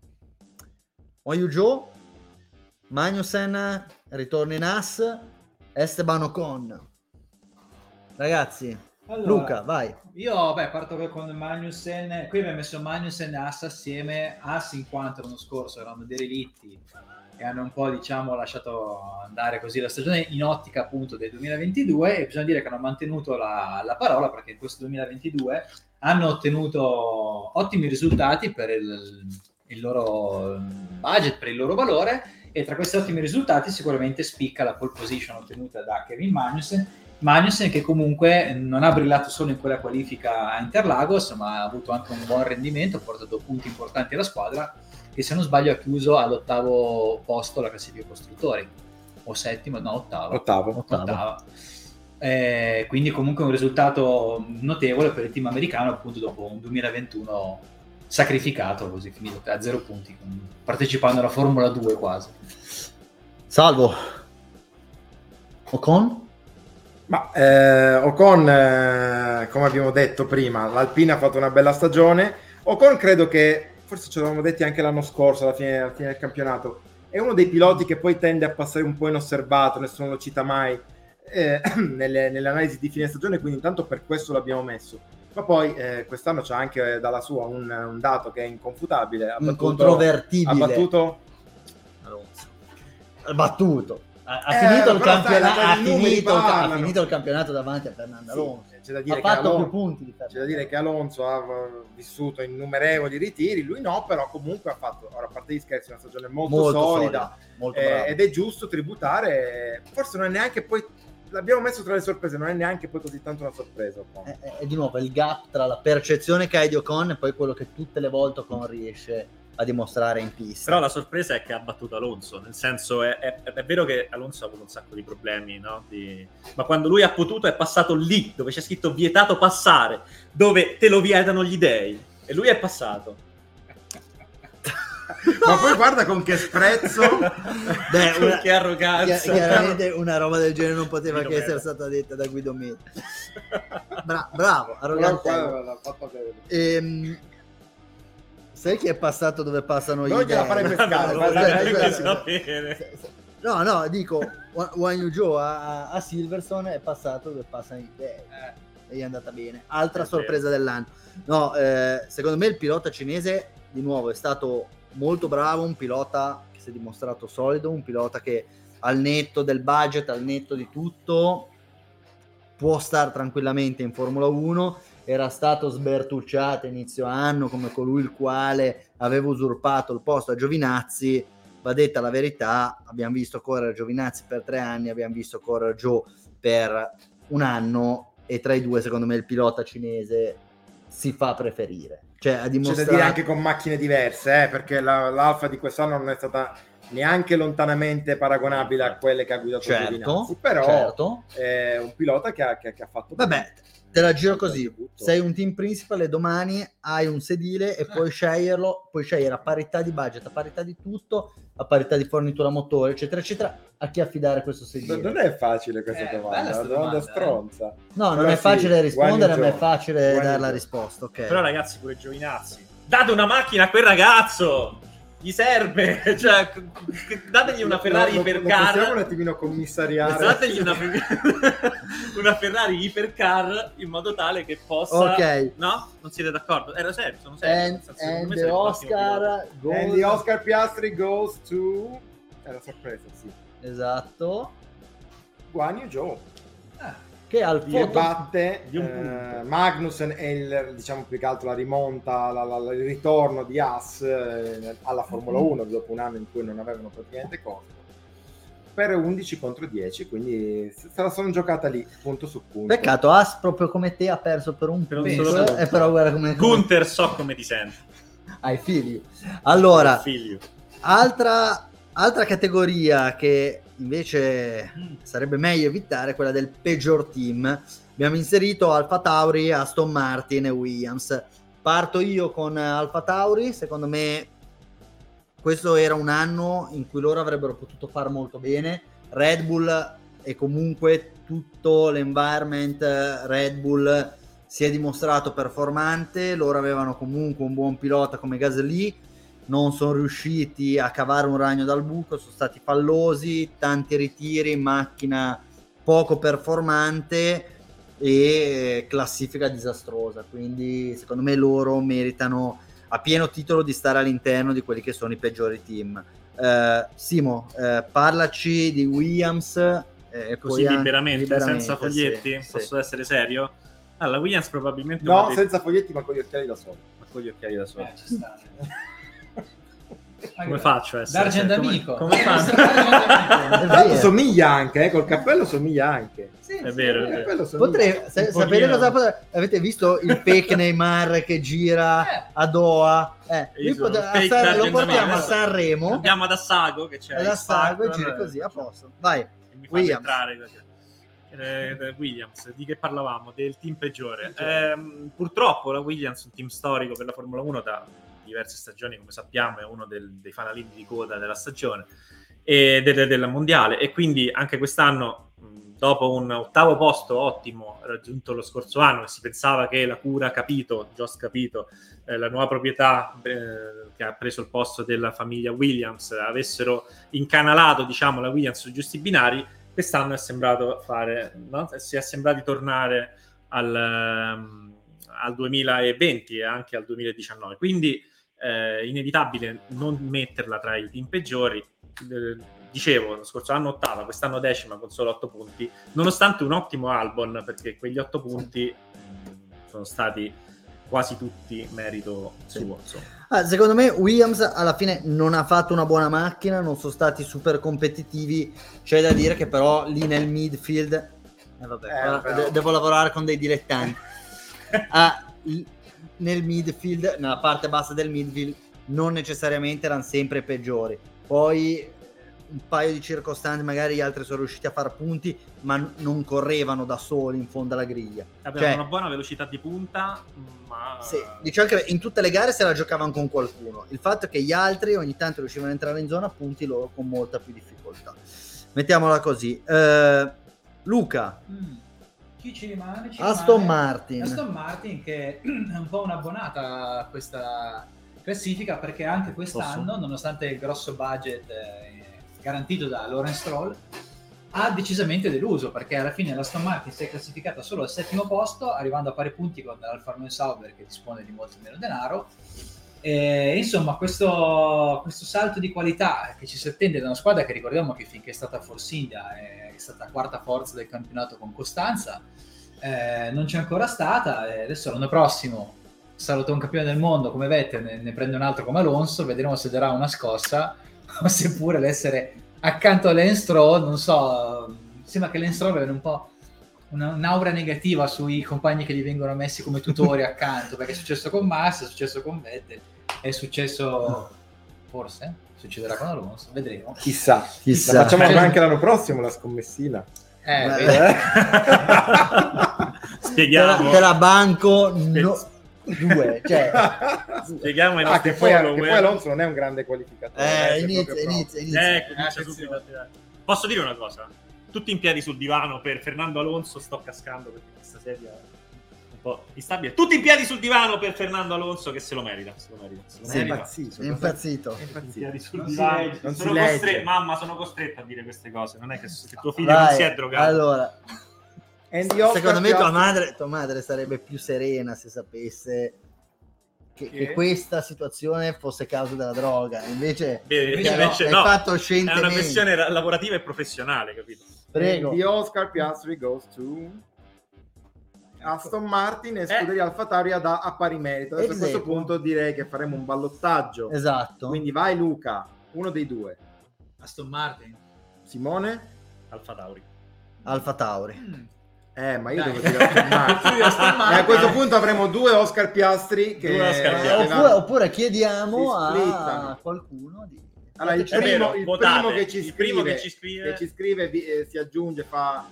Oyu Joe, Magnussen, ritorno in As, Esteban Ocon. Ragazzi, Allora, Luca, vai. Io beh, parto con Magnussen. Qui abbiamo messo Magnussen e Haas assieme. Haas in quanto l'anno scorso erano dei relitti e hanno un po' diciamo lasciato andare così la stagione in ottica appunto del duemilaventidue, e bisogna dire che hanno mantenuto la, la parola, perché in questo duemilaventidue hanno ottenuto ottimi risultati per il, il loro budget, per il loro valore, e tra questi ottimi risultati sicuramente spicca la pole position ottenuta da Kevin Magnussen. Magnussen che comunque non ha brillato solo in quella qualifica a Interlagos, ma ha avuto anche un buon rendimento, ha portato punti importanti alla squadra, che se non sbaglio ha chiuso all'ottavo posto la classifica costruttori, o settimo, no ottavo. Ottavo. Ottavo. Ottava. Eh, quindi comunque un risultato notevole per il team americano, appunto dopo un duemilaventuno sacrificato, così finito a zero punti, partecipando alla Formula due quasi. Salvo. Ocon? Ma eh, Ocon, eh, come abbiamo detto prima, l'Alpine ha fatto una bella stagione. Ocon credo che, forse ce l'avevamo detti anche l'anno scorso, alla fine, alla fine del campionato, è uno dei piloti che poi tende a passare un po' inosservato, nessuno lo cita mai eh, nelle, nelle analisi di fine stagione, quindi intanto per questo l'abbiamo messo. Ma poi eh, quest'anno c'è anche dalla sua un, un dato che è inconfutabile. Ha battuto, Incontrovertibile. ha battuto Alonso. Ha battuto. Ha, ha Eh, finito, il però campionato, sai, ha, i numeri finito il, ca- ha parlano. finito il campionato davanti a Fernando Alonso. Sì, c'è da dire Ha che fatto Alonso- più punti di C'è da Fernando. dire che Alonso ha vissuto innumerevoli ritiri, lui no, però comunque ha fatto, ora a parte gli scherzi, una stagione molto, Molto solida, molto eh, bravo. ed è giusto tributare, forse non è neanche poi, l'abbiamo messo tra le sorprese, non è neanche poi così tanto una sorpresa. Ocon. È, è di nuovo il gap tra la percezione che hai di Ocon e poi quello che tutte le volte Ocon riesce a dimostrare in pista. Però la sorpresa è che ha battuto Alonso, nel senso è, è, è vero che Alonso ha avuto un sacco di problemi, no? Di... ma quando lui ha potuto è passato lì, dove c'è scritto vietato passare, dove te lo vietano gli dei, e lui è passato. Ma poi guarda con che sprezzo. Beh, una- Che arroganza. chiaramente una roba del genere non poteva Guido che essere Meda. stata detta da Guido Meda. Bra- bravo, Però arrogante. qua l'ha fatto bene. Ehm, sai chi è passato dove passano Non gli gliela dei? farei pescare, Aspetta, vai, aspetta, vai, aspetta. sapere. No, no, dico, Wang Yu Zhou a, a Silverstone è passato dove passano i dei. E gli è andata bene. Altra È sorpresa dell'anno. No, eh, secondo me il pilota cinese, di nuovo, è stato molto bravo, un pilota che si è dimostrato solido, un pilota che al netto del budget, al netto di tutto, può stare tranquillamente in Formula uno. Era stato sbertucciato inizio anno come colui il quale aveva usurpato il posto a Giovinazzi. Va detta la verità, abbiamo visto correre Giovinazzi per tre anni, abbiamo visto correre Joe per un anno, e tra i due secondo me il pilota cinese si fa preferire. Cioè, ha dimostrato... C'è da dire anche con macchine diverse, eh, perché la, l'Alfa di quest'anno non è stata neanche lontanamente paragonabile a quelle che ha guidato certo, Giovinazzi, però certo. è un pilota che ha, che, che ha fatto... Vabbè, te la giro così: sei un team principal e domani hai un sedile e puoi sceglierlo, puoi scegliere a parità di budget, a parità di tutto, a parità di fornitura motore, eccetera eccetera, a chi affidare questo sedile. Non è facile questa Eh, domanda, è una bella domanda sta stronza. No, non Però è sì, facile rispondere, Guanyu ma è Zhou. facile Guanyu dare la Zhou. risposta, ok? Però ragazzi, pure Giovinazzi, date una macchina a quel ragazzo, gli serve, cioè dategli una Ferrari Lo- lo- lo ipercar, possiamo un attimino commissariare. dategli una, una Ferrari ipercar in modo tale che possa... Ok. No? Non siete d'accordo? Era serio, sono serio. And, nel senso, secondo and me the sarebbe un ottimo pilota. Oscar goes... And the Oscar Piastri goes to... È la sorpresa, sì. Esatto. Guanyu Zhou, Che al che foto... batte di un eh, punto. Magnussen e il, diciamo più che altro la rimonta, la- la- il ritorno di Haas eh, alla Formula uno dopo un anno in cui non avevano praticamente corso, per undici contro dieci, quindi se la sono giocata lì punto su punto. Peccato, As proprio come te ha perso per un Per un punto, solo punto. e però guarda come... come- Gunther, so come ti senti. Hai figli. Allora, Figlio. altra, altra categoria che invece sarebbe meglio evitare è quella del peggior team. Abbiamo inserito Alfa Tauri, Aston Martin e Williams. Parto io con Alfa Tauri. Secondo me questo era un anno in cui loro avrebbero potuto far molto bene. Red Bull e comunque tutto l'environment Red Bull si è dimostrato performante. Loro avevano comunque un buon pilota come Gasly, non sono riusciti a cavare un ragno dal buco, sono stati fallosi, tanti ritiri, macchina poco performante e classifica disastrosa, quindi secondo me loro meritano a pieno titolo di stare all'interno di quelli che sono i peggiori team. eh, Simo, eh, parlaci di Williams, eh, Così poi anche- liberamente, liberamente, senza foglietti, sì, posso sì. essere serio? Allora, Williams probabilmente... No, uno dei- senza foglietti ma con gli occhiali da sole. ma con gli occhiali da sole. Eh, ci sta. Come faccio a essere? D'Argent cioè, come- amico. Come fanno? È Tanto vero. somiglia anche, eh, col cappello somiglia anche. Sì, È sì, vero, Il è vero. cappello somiglia. Potrei, sa- Un sapete pochino. cosa potre- avete visto il fake Neymar che gira Eh. a Doha? Eh, Io lui sono pote- il a fake San- lo D'Argent portiamo a Amico. Sanremo, Andiamo ad Assago che c'è ad il Assago e Spartan, giri eh, così, a facciamo- posto. Vai. e mi fanno Williams. entrare così. Eh, eh, Williams, di che parlavamo? Del team peggiore. Peggiore. Ehm, purtroppo la Williams, un team storico per la Formula uno da diverse stagioni, come sappiamo, è uno del- dei fanalini di coda della stagione e del, del mondiale, e quindi anche quest'anno, mh, dopo un ottavo posto ottimo raggiunto lo scorso anno, che si pensava che la Cura Capito, Jost Capito, eh, la nuova proprietà eh, che ha preso il posto della famiglia Williams, avessero incanalato, diciamo, la Williams sui giusti binari, quest'anno è sembrato fare, no? Si è sembrati tornare al, ehm, al duemilaventi e anche al duemiladiciannove, quindi eh, inevitabile non metterla tra i team peggiori. Eh, dicevo, lo scorso anno ottava, quest'anno decima con solo otto punti, nonostante un ottimo Albon, perché quegli otto punti mh, sono stati quasi tutti merito suo, insomma. Ah, secondo me Williams alla fine non ha fatto una buona macchina, non sono stati super competitivi. C'è da dire che però lì nel midfield, eh, vabbè, Eh, qua però. de- devo lavorare con dei dilettanti. Ah, l- nel midfield, nella parte bassa del midfield, non necessariamente erano sempre i peggiori. Poi un paio di circostanze, magari gli altri sono riusciti a far punti, ma n- non correvano da soli in fondo alla griglia. Avevano Cioè, una buona velocità di punta, ma sì, diciamo che in tutte le gare se la giocavano con qualcuno. Il fatto è che gli altri ogni tanto riuscivano a entrare in zona punti, loro con molta più difficoltà. Mettiamola così. Eh, Luca, Mm. Chi ci rimane? Ci Aston rimane Martin. Aston Martin, che è un po' un'abbonata a questa classifica, perché anche quest'anno, Posso? nonostante il grosso budget eh, garantito da Lawrence Stroll, ha decisamente deluso, perché alla fine l'Aston Martin si è classificata solo al settimo posto, arrivando a pari punti con l'Alfa Romeo Sauber, che dispone di molto meno denaro, E, insomma, questo, questo salto di qualità che ci si attende da una squadra che ricordiamo che finché è stata Force India è stata quarta forza del campionato con costanza, eh, non c'è ancora stata, e adesso l'anno prossimo saluta un campione del mondo come Vettel, ne, ne prende un altro come Alonso, vedremo se darà una scossa o seppure l'essere accanto a Lance Stroll, non so, sembra che Lance Stroll aveva un po' una, un'aura negativa sui compagni che gli vengono messi come tutori accanto, perché è successo con Massa, è successo con Vettel, è successo forse succederà con Alonso, vedremo. Chissà, Chissà. La facciamo anche l'anno prossimo la scommessina. Eh, Beh, vedi? Spieghiamo. Te la, te la banco no, due, cioè Spieghiamo ai Ah, nostri che poi, follower. che poi Alonso non è un grande qualificatore. eh, c'è inizia, proprio prova. inizia, inizia. Ecco, comincia attenzione. subito a tirare. Posso dire una cosa? Tutti in piedi sul divano per Fernando Alonso, sto cascando perché questa sedia è un po' instabile. Tutti in piedi sul divano per Fernando Alonso che se lo merita, se lo merita, se lo Sì, merita. impazzito. È impazzito. È In impazzito. piedi sul Non si divano. legge, non si sono legge. costre- Mamma, sono costretto a dire queste cose, non è che, che tuo figlio Vai, non si è drogato. allora, And the Oscar secondo me tua Piastri- madre, tua madre sarebbe più serena se sapesse che, Che? che questa situazione fosse causa della droga, invece, Beh, invece invece no, no, è fatto è scientemente. una questione ra- lavorativa e professionale, capito? Prego. And the Oscar Piastri goes to Aston Martin e Scuderia Alfa Tauri a, a pari merito. Adesso a questo Esatto. punto direi che faremo un ballottaggio. Esatto. Quindi vai Luca, uno dei due. Aston Martin. Simone? Alfa Tauri. Alfa Tauri. Mm. Eh, ma io Dai. devo dire Aston Martin. Sì, Aston E Martin. a questo punto avremo due Oscar Piastri che, Due Oscar che Piastri. vanno- Oppure, oppure chiediamo Si a splittano. qualcuno di... Allora, il È primo, vero, il votate. primo che ci Il scrive, primo che ci scrive- che ci scrive vi- eh, si aggiunge, fa,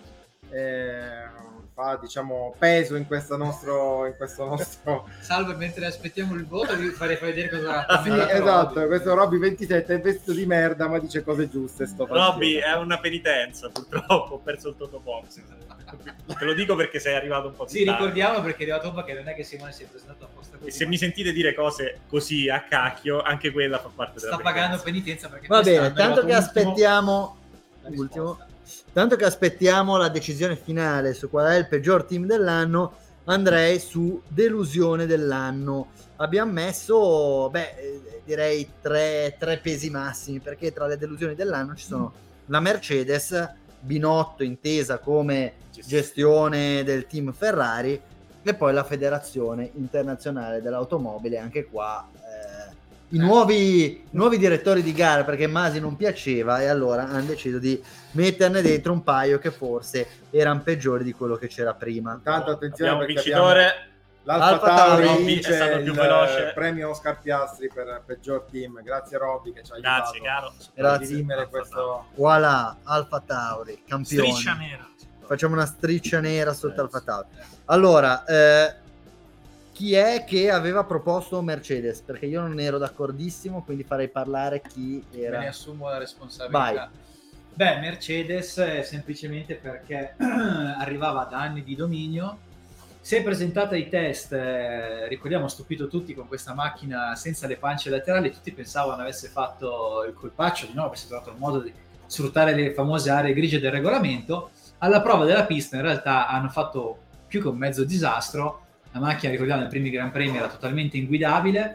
eh, fa diciamo peso in questo nostro, in questo nostro Salve, mentre aspettiamo il voto vi farei vedere cosa sì, esatto, questo Robby ventisette è vestito di merda ma dice cose giuste sto Robby, è una penitenza, purtroppo ho perso il Toto Box. Te lo dico perché sei arrivato un po' più Sì, tardi. ricordiamo perché è arrivato dopo che non è che Simone si è presentato apposta così. E se mi sentite dire cose così a cacchio, anche quella fa parte della sta pagando penitenza perché Va bene, quest'anno è tanto arrivato che ultimo aspettiamo la risposta. ultimo, tanto che aspettiamo la decisione finale su qual è il peggior team dell'anno, andrei su delusione dell'anno. Abbiamo messo, beh, eh, direi tre, tre pesi massimi, perché tra le delusioni dell'anno ci sono la Mercedes, Binotto intesa come gestione del team Ferrari, e poi la Federazione Internazionale dell'Automobile, anche qua eh, i nuovi, nuovi direttori di gara, perché Masi non piaceva e allora hanno deciso di metterne dentro un paio che forse erano peggiori di quello che c'era prima. Tanto attenzione Abbiamo un perché vincitore. abbiamo l'Alfa Alfa Tauri Tauri vince è stato il più il veloce. premio Oscar Piastri per peggior team. Grazie Robby che ci ha Grazie, aiutato caro. a Grazie. dirimere Alfa questo. Voilà, Alfa Tauri, campione. Striscia nera. Facciamo una striscia nera sotto Eh, Alfa sì. Tauri. Allora, eh, chi è che aveva proposto Mercedes? Perché io non ero d'accordissimo, quindi farei parlare chi Me ne era. assumo la responsabilità. Beh, Mercedes è semplicemente perché arrivava da anni di dominio, si è presentata ai test, eh, ricordiamo, ha stupito tutti con questa macchina senza le pance laterali, tutti pensavano avesse fatto il colpaccio, di nuovo avesse trovato il modo di sfruttare le famose aree grigie del regolamento. Alla prova della pista in realtà hanno fatto più che un mezzo disastro, la macchina, ricordiamo, nei primi Gran Premi era totalmente inguidabile.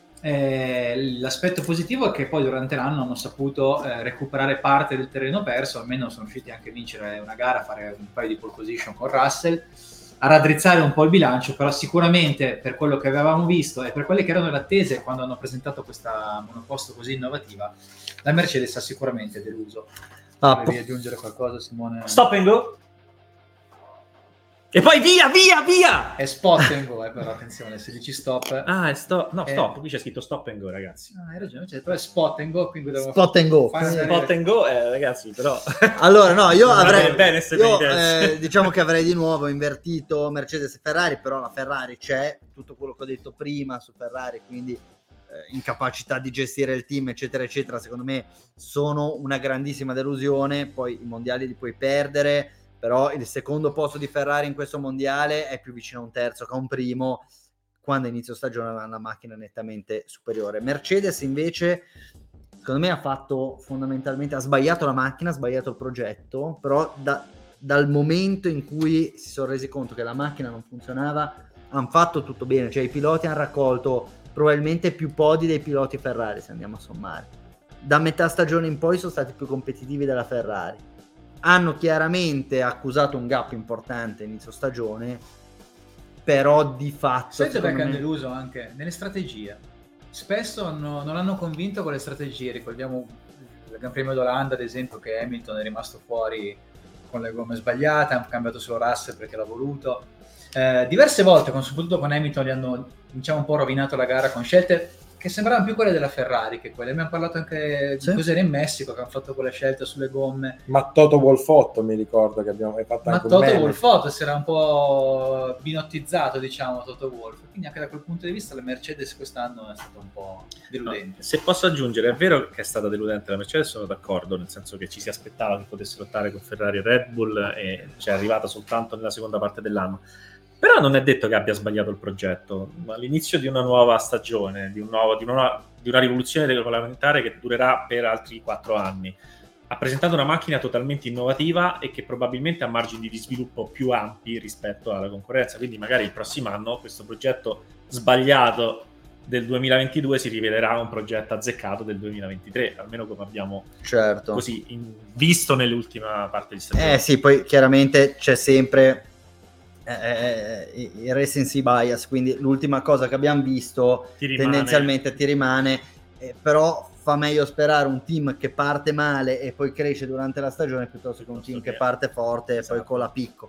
Eh, l'aspetto positivo è che poi durante l'anno hanno saputo eh, recuperare parte del terreno perso, almeno sono riusciti anche a vincere una gara, a fare un paio di pole position con Russell, a raddrizzare un po' il bilancio, però sicuramente per quello che avevamo visto e per quelle che erano le attese quando hanno presentato questa monoposto così innovativa, la Mercedes ha sicuramente deluso. Ah, Volevi aggiungere qualcosa, Simone? Stop and go. E poi via, via, via. È spot and go, eh, però attenzione, se dici stop... Ah, è stop. No, Eh. stop. Qui c'è scritto stop and go, ragazzi. Ah, hai ragione, cioè, però è spot and go, quindi devo Spot and go. fare- Spot and go, eh, ragazzi, però. Allora, no, io Va avrei bene, bene, ste io, penitenze. eh, diciamo che avrei di nuovo invertito Mercedes e Ferrari, però la Ferrari c'è, tutto quello che ho detto prima su Ferrari, quindi eh, incapacità di gestire il team, eccetera, eccetera, secondo me sono una grandissima delusione. Poi i mondiali li puoi perdere, però il secondo posto di Ferrari in questo mondiale è più vicino a un terzo che a un primo, quando a inizio stagione aveva una macchina nettamente superiore. Mercedes invece secondo me ha fatto fondamentalmente, ha sbagliato la macchina, ha sbagliato il progetto, però da, dal momento in cui si sono resi conto che la macchina non funzionava hanno fatto tutto bene, cioè i piloti hanno raccolto probabilmente più podi dei piloti Ferrari, se andiamo a sommare. Da metà stagione in poi sono stati più competitivi della Ferrari. Hanno chiaramente accusato un gap importante inizio stagione, però di fatto sai dov'è che me... hanno deluso anche? Nelle strategie. Spesso hanno, non hanno convinto con le strategie. Ricordiamo il Gran Premio d'Olanda, ad esempio, che Hamilton è rimasto fuori con le gomme sbagliate, hanno cambiato solo Russell perché l'ha voluto. Eh, diverse volte, soprattutto con Hamilton, gli hanno, diciamo, un po' rovinato la gara con scelte che sembravano più quelle della Ferrari che quelle. Abbiamo parlato anche Sì. di cos'era in Messico, che hanno fatto quella scelta sulle gomme. Ma Toto Wolffotto mi ricordo che abbiamo fatto Ma anche un Toto meme. Wolffotto si era un po' binottizzato, diciamo, Toto Wolff, quindi anche da quel punto di vista la Mercedes quest'anno è stata un po' deludente. No, se posso aggiungere, è vero che è stata deludente la Mercedes, sono d'accordo, nel senso che ci si aspettava che potesse lottare con Ferrari e Red Bull e ci è arrivata soltanto nella seconda parte dell'anno. Però non è detto che abbia sbagliato il progetto. All'inizio di una nuova stagione, di, un nuovo, di, una, di una rivoluzione regolamentare che durerà per altri quattro anni, ha presentato una macchina totalmente innovativa e che probabilmente ha margini di sviluppo più ampi rispetto alla concorrenza. Quindi magari il prossimo anno questo progetto sbagliato del duemilaventidue si rivelerà un progetto azzeccato del duemilaventitré, almeno come abbiamo certo. così in, visto nell'ultima parte di stagione. Eh sì, poi chiaramente c'è sempre eh, il recency bias, quindi l'ultima cosa che abbiamo visto Ti rimane... tendenzialmente ti rimane, eh, però fa meglio sperare un team che parte male e poi cresce durante la stagione piuttosto che un team che parte forte esatto. e poi cola picco.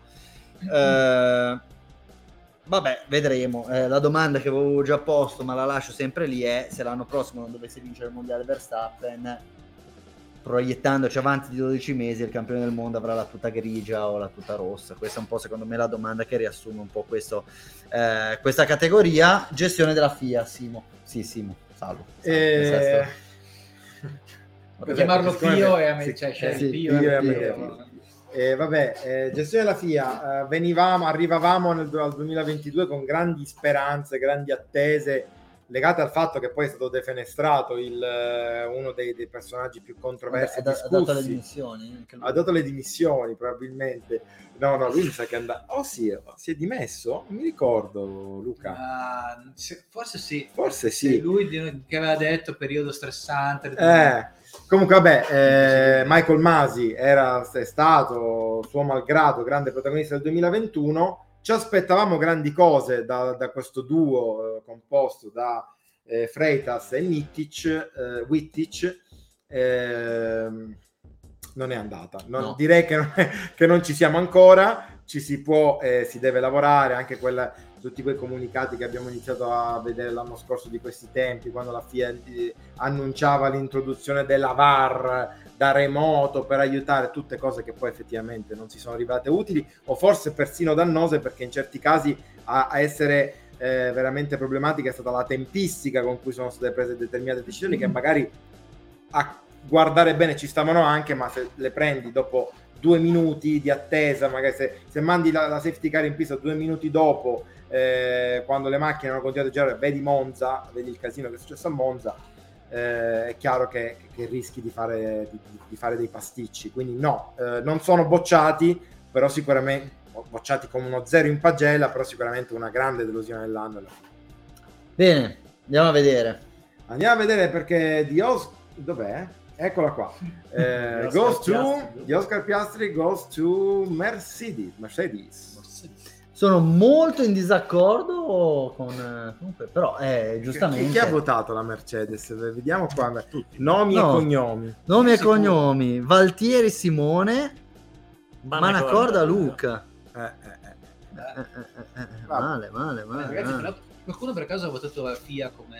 Eh, vabbè, vedremo. Eh, la domanda che avevo già posto, ma la lascio sempre lì, è se l'anno prossimo non dovesse vincere il mondiale Verstappen, proiettandoci avanti di dodici mesi, il campione del mondo avrà la tuta grigia o la tuta rossa? Questa è un po' secondo me la domanda che riassume un po' questo, eh, questa categoria. Gestione della F I A, Simo. Sì, Simo, salvo. salvo. Eh... Per chiamarlo Pio e a me, sì, cioè, cioè sì, Pio, Pio e e a me. Pio. Eh, vabbè, eh, gestione della F I A, eh, venivamo, arrivavamo nel, al duemilaventidue con grandi speranze, grandi attese legate al fatto che poi è stato defenestrato il, eh, uno dei, dei personaggi più controversi e Vabbè, discussi. ha dato le dimissioni anche lui. Ha dato le dimissioni probabilmente. No, no, lui mi sa che è andato. Oh sì, si è dimesso? Non mi ricordo, Luca. Uh, se, forse sì. Forse sì. Lui di, che aveva detto periodo stressante. Eh, comunque vabbè, eh, Michael Masi era è stato suo malgrado grande protagonista del duemilaventuno. Ci aspettavamo grandi cose da, da questo duo eh, composto da eh, Freitas e Mitic, eh, Wittich. Eh, non è andata. Non, no. Direi che non, è, che non ci siamo ancora. Ci si può, eh, si deve lavorare. Anche quella, tutti quei comunicati che abbiamo iniziato a vedere l'anno scorso di questi tempi, quando la F I A eh, annunciava l'introduzione della V A R da remoto per aiutare, tutte cose che poi effettivamente non si sono rivelate utili o forse persino dannose, perché in certi casi a, a essere eh, veramente problematica è stata la tempistica con cui sono state prese determinate decisioni, che magari a guardare bene ci stavano anche, ma se le prendi dopo due minuti di attesa, magari se, se mandi la, la safety car in pista due minuti dopo, eh, quando le macchine hanno continuato a girare, vedi Monza, vedi il casino che è successo a Monza, eh, è chiaro che, che rischi di fare, di, di fare dei pasticci. Quindi no, eh, non sono bocciati, però sicuramente bocciati come uno zero in pagella, però sicuramente una grande delusione dell'anno. Bene, andiamo a vedere. Andiamo a vedere perché di Os... dov'è? Eccola qua. Eh, goes to di Oscar Piastri goes to Mercedes. Mercedes. Sono molto in disaccordo con comunque, però eh, giustamente. Chi, chi ha votato la Mercedes? Vediamo qua. Nomi no. e cognomi. Nomi e cognomi. Valtieri Simone, Manacorda Luca. Eh, eh, eh. Eh, eh, eh, eh. Male, male, male. Eh, ragazzi, male. Qualcuno per caso ha votato la F I A come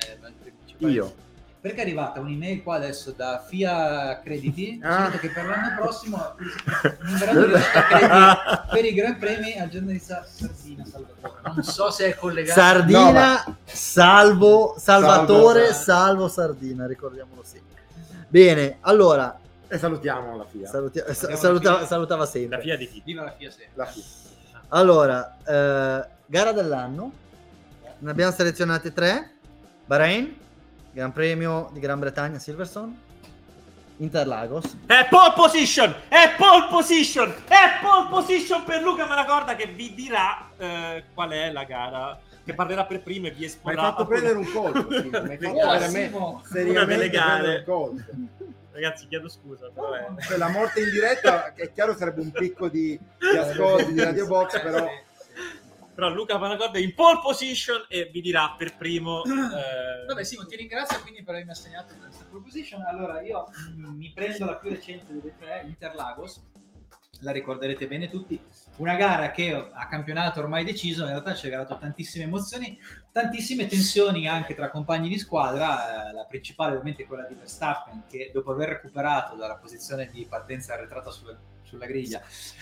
io. Perché è arrivata un'email qua adesso da F I A Crediti ah. che per l'anno prossimo non verranno crediti per i Gran Premi al giornalista Sardina Salvatore. Non so se è collegato. Sardina, no, salvo Salvatore, salvo, salvo Sardina, ricordiamolo sempre. Bene, allora e salutiamo la F I A. Salutia- salutava, F I A. Salutava sempre. La F I A di chi? Viva la F I A sempre. La F I A. Allora, eh, gara dell'anno. Ne abbiamo selezionate tre. Bahrain, Gran Premio di Gran Bretagna, Silverstone, Interlagos. È pole position, è pole position, è pole position per Luca Malacorda, che vi dirà eh, qual è la gara, che parlerà per primo e vi Mi hai esporrà. fatto prendere un colpo, sì, mi hai fatto Oh, veramente Simo, seriamente una delle gare. prendere un colpo. Ragazzi, chiedo scusa, però è... Cioè, la morte in diretta, che è chiaro sarebbe un picco di, di ascolti di Radio Box, però Però Luca Malacorda è in pole position e vi dirà per primo eh... Vabbè Simo, ti ringrazio quindi per avermi assegnato questa proposition. Allora io mh, mi prendo la più recente delle tre, Interlagos, la ricorderete bene tutti, una gara che a campionato ormai deciso, in realtà ci ha regalato tantissime emozioni, tantissime tensioni anche tra compagni di squadra, eh, la principale ovviamente è quella di Verstappen, che dopo aver recuperato dalla posizione di partenza arretrata sulla, sulla griglia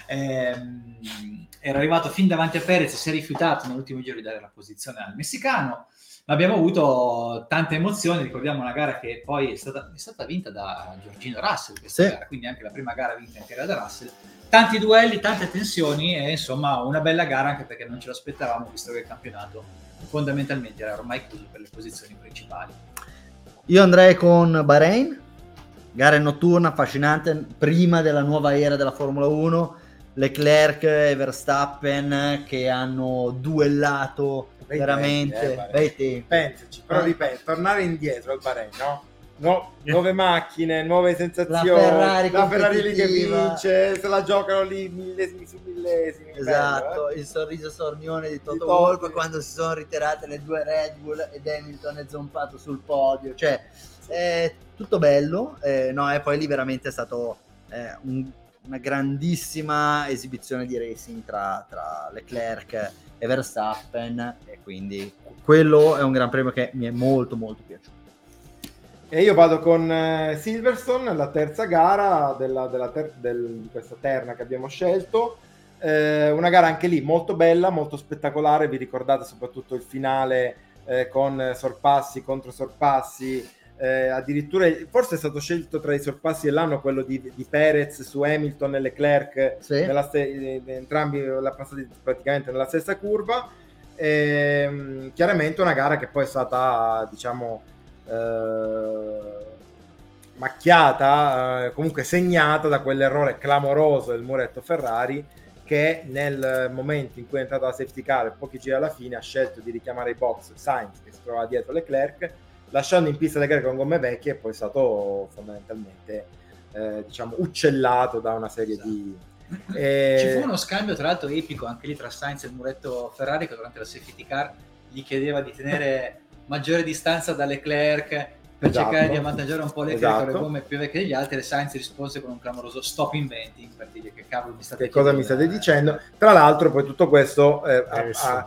ehm, era arrivato fin davanti a Perez, si è rifiutato nell'ultimo giro di dare la posizione al messicano, ma abbiamo avuto tante emozioni. Ricordiamo una gara che poi è stata, è stata vinta da Giorgino Russell, questa Sì. gara, quindi anche la prima gara vinta intera da Russell. Tanti duelli, tante tensioni e insomma una bella gara, anche perché non ce l'aspettavamo, visto che il campionato fondamentalmente era ormai chiuso per le posizioni principali. Io andrei con Bahrain, gara notturna affascinante, prima della nuova era della Formula uno, Leclerc e Verstappen che hanno duellato Bei veramente tempi, eh, Bahrain. bei tempi. pensaci, però Eh. ripeto, tornare indietro al Bahrain, no? No, nuove macchine, nuove sensazioni, La Ferrari la Ferrari lì che competitiva. vince, se la giocano lì millesimi su millesimi. Esatto, bello, eh? il sorriso sornione di Toto Di Toto. Wolff quando si sono ritirate le due Red Bull ed Hamilton è zompato sul podio, cioè è tutto bello, eh, no, e poi lì veramente è stato eh, un- una grandissima esibizione di racing tra, tra Leclerc e Verstappen, e quindi quello è un gran premio che mi è molto molto piaciuto. E io vado con eh, Silverstone, la terza gara della, della ter- del- di questa terna che abbiamo scelto. Eh, una gara anche lì molto bella, molto spettacolare. Vi ricordate soprattutto il finale eh, con sorpassi contro sorpassi. Eh, addirittura forse è stato scelto tra i sorpassi dell'anno quello di, di Perez su Hamilton e Leclerc, Sì. nella ste- eh, entrambi la passati praticamente nella stessa curva. Ehm, chiaramente una gara che poi è stata, diciamo, eh, macchiata, eh, comunque segnata da quell'errore clamoroso del muretto Ferrari, che nel momento in cui è entrata la safety car, pochi giri alla fine, ha scelto di richiamare i box Sainz, che si trovava dietro Leclerc, lasciando in pista Leclerc con gomme vecchie, e poi è stato fondamentalmente eh, diciamo uccellato da una serie Esatto. di eh, Ci fu uno scambio tra l'altro epico anche lì tra Sainz e il muretto Ferrari, che durante la safety car gli chiedeva di tenere maggiore distanza da Leclerc per Esatto. cercare di avvantaggiare un po' Leclerc con Esatto. le gomme più vecchie degli altri, e Sainz rispose con un clamoroso stop inventing, per dire che cavolo mi state che cosa mi chiedendo, state eh? dicendo. Tra l'altro poi tutto questo eh, ha- Eh, sì. ha,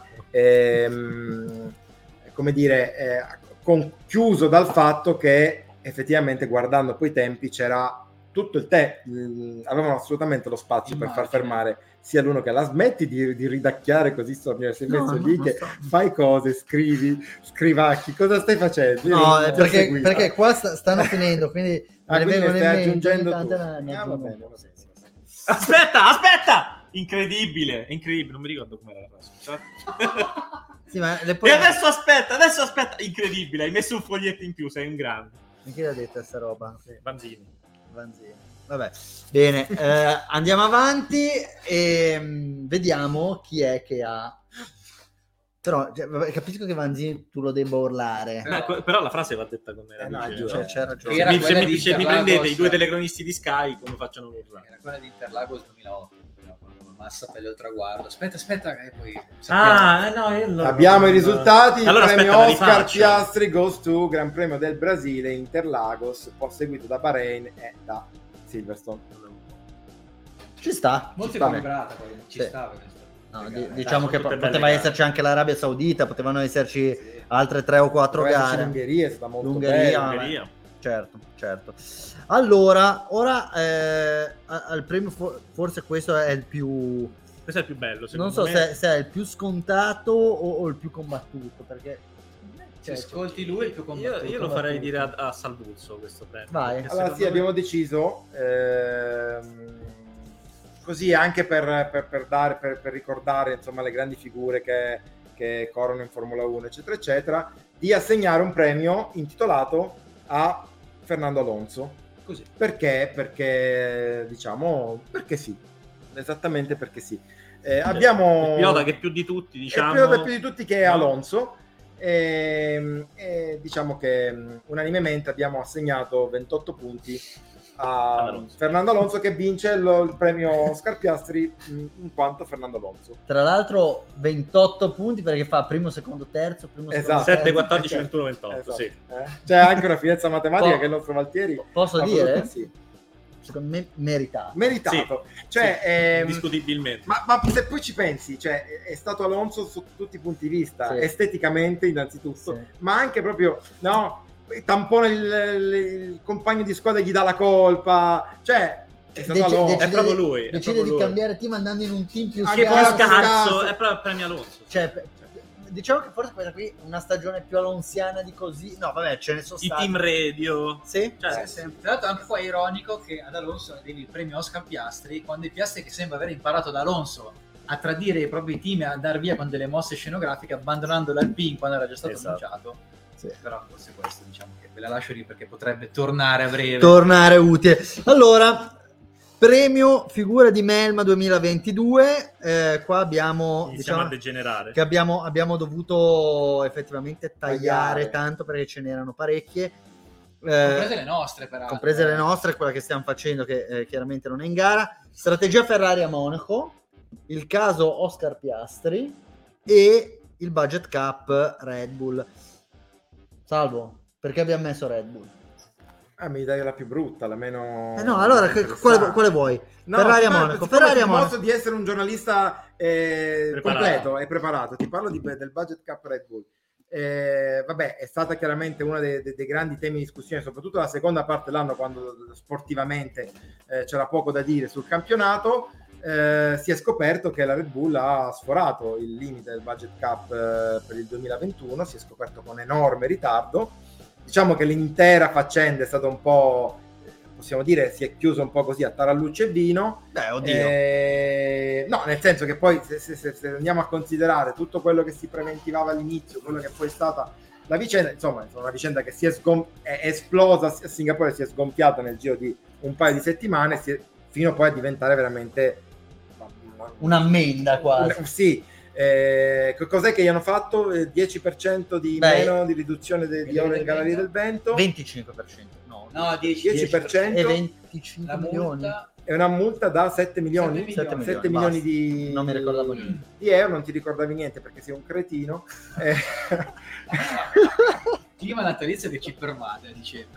ehm, come dire eh, conchiuso dal fatto che effettivamente, guardando poi i tempi, c'era tutto il te mh, avevano assolutamente lo spazio per far Immagino. fermare sia l'uno che la smetti di, di ridacchiare così, Stornio, sei No, messo no, lì non che sto- fai cose, scrivi, scrivacchi, cosa stai facendo? Io No, non eh, ti ho perché, seguito. perché qua sta- stanno finendo, quindi Ah, me ne quindi vengono ne in stai mente, aggiungendo ogni tu. tanto ne Ah, aggiungo va un bene, po'. va bene, va bene. Aspetta, aspetta! Incredibile, incredibile, non mi ricordo com'era la frase, scusate. Sì, ma le E poi... adesso aspetta, adesso aspetta, incredibile, hai messo un foglietto in più, sei un grande. Chi l'ha detta sta roba? Banzini. Vanzini. Vabbè, bene, eh, andiamo avanti e mm, vediamo chi è che ha. Però cioè, vabbè, capisco che Vanzini tu lo debba urlare. Però- No, que- però la frase va detta come era. Eh, no, dice, giusto. no? C'è ragione. Che era Se mi- se quella mi, di se mi Interlagos. prendete i due telecronisti di Sky, come facciano urlare? Era quella di Interlagos duemilaotto, con Massa per il traguardo. Aspetta, aspetta, e poi Ah, eh, no, io lo- Abbiamo i no. risultati. Il Allora, premio aspetta, la Oscar rifaccio. Piastri goes to Gran Premio del Brasile, Interlagos, poi seguito da Bahrain e da Silverstone. Ci sta. molto ci sta. equilibrata, poi ci Sì. stava questa. No, questa di- gara. diciamo sono che tutte po- belle poteva gare. esserci anche l'Arabia Saudita, potevano esserci Sì. altre tre o quattro Poteva esserci gare. l'Ungheria, è stata molto L'Ungheria, bella. vabbè. Ungheria. Certo, certo. Allora, ora eh, a- al premio for- forse questo è il più. Questo è il più bello, secondo Non so me. se, se è il più scontato o, o il più combattuto, perché Se cioè, ascolti lui è il più Io, combattuto. io lo farei dire a, a Salvuzzo questo premio. Vai. perché Allora secondo sì, me- abbiamo deciso, ehm, così anche per, per- per dare, per, per ricordare insomma le grandi figure che, che corrono in Formula uno, eccetera, eccetera, di assegnare un premio intitolato a Fernando Alonso. Così. Perché? Perché, diciamo, perché sì. Esattamente perché sì. Eh, abbiamo... Il pilota che più di tutti, diciamo... Il pilota più di tutti che è no? Alonso. E, e diciamo che mh, unanimemente abbiamo assegnato ventotto punti a Alonso. Fernando Alonso, che vince lo- il premio Oscar Piastri mh, in quanto Fernando Alonso. Tra l'altro ventotto punti perché fa primo, secondo, terzo, primo, secondo, Esatto. sette, terzo. quattordici, Eh, ventuno, ventotto, Esatto. sì. Eh? C'è anche una finezza matematica Po- che il nostro Valtieri Posso ha dire? voluto- sì. Secondo me meritato. Meritato. Cioè, Sì, ehm, indiscutibilmente. ma, ma se poi ci pensi, cioè, è- è stato Alonso sotto tutti i punti di vista, Sì. esteticamente innanzitutto, Sì. ma anche proprio, no, tampona il, il- il compagno di squadra e gli dà la colpa, cioè, è stato Dec- Alonso. È proprio lui, è Decide proprio di lui. cambiare team andando in un team più Anche Che poi Scarso, scarso. scarso, scarso. è proprio il premio Alonso. Cioè, pe- diciamo che forse questa qui è una stagione più alonsiana di così. No, vabbè, ce ne sono I stati. team radio. Sì? Cioè, Eh, sì. Tra l'altro anche qua è ironico che ad Alonso devi il premio Oscar Piastri, quando i Piastri che sembra aver imparato da Alonso a tradire i propri team e a andare via con delle mosse scenografiche, abbandonando l'Alpine quando era già stato Esatto. annunciato. Sì. Però forse questo, diciamo, che ve la lascio lì perché potrebbe tornare a breve. Tornare utile. Allora, premio figura di Melma duemilaventidue. Eh, qua abbiamo, iniziamo diciamo, a degenerare. che abbiamo, abbiamo dovuto effettivamente tagliare, Tagliare. tanto perché ce n'erano parecchie. Eh, comprese le nostre, peraltro. comprese le nostre, quella che stiamo facendo, che eh, chiaramente non è in gara. Strategia Ferrari a Monaco, il caso Oscar Piastri e il budget cap Red Bull. Salvo, perché abbiamo messo Red Bull? Ah, mi dai la più brutta, la meno... Eh no, allora che- quale, quale vuoi? No, Ferrari a siccome- Monaco, siccome Ferrari a ti Monaco. dimostro di essere un giornalista eh, Preparato. completo e preparato. Ti parlo di- del budget cap Red Bull. Eh, vabbè, è stata chiaramente uno dei, dei- dei grandi temi di discussione, soprattutto la seconda parte dell'anno, quando sportivamente eh, c'era poco da dire sul campionato. Eh, si è scoperto che la Red Bull ha sforato il limite del budget cap eh, per il duemilaventuno, si è scoperto con enorme ritardo. Diciamo che l'intera faccenda è stata un po', possiamo dire, si è chiusa un po' così a tarallucce e vino. Beh, oddio. Eh, no, nel senso che poi se, se- se- se andiamo a considerare tutto quello che si preventivava all'inizio, quello che poi è stata la vicenda, insomma, è una vicenda che si è, sgon- è esplosa a Singapore, si è sgonfiata nel giro di un paio di settimane, si è- fino poi a diventare veramente Un'ammenda quasi. un- sì. Eh, che cos'è che gli hanno fatto? Eh, dieci per cento di Beh, meno di riduzione de- di Galleria ore in del Galleria Vento. del Vento. venticinque per cento. No, No, dieci, dieci per cento. e venticinque La milioni. multa È una multa da sette milioni, sette milioni, sette basta. milioni di, Non mi ricordavo niente. di euro, non ti ricordavi niente perché sei un cretino. Eh, clima natalizio che ci fermate a dicembre.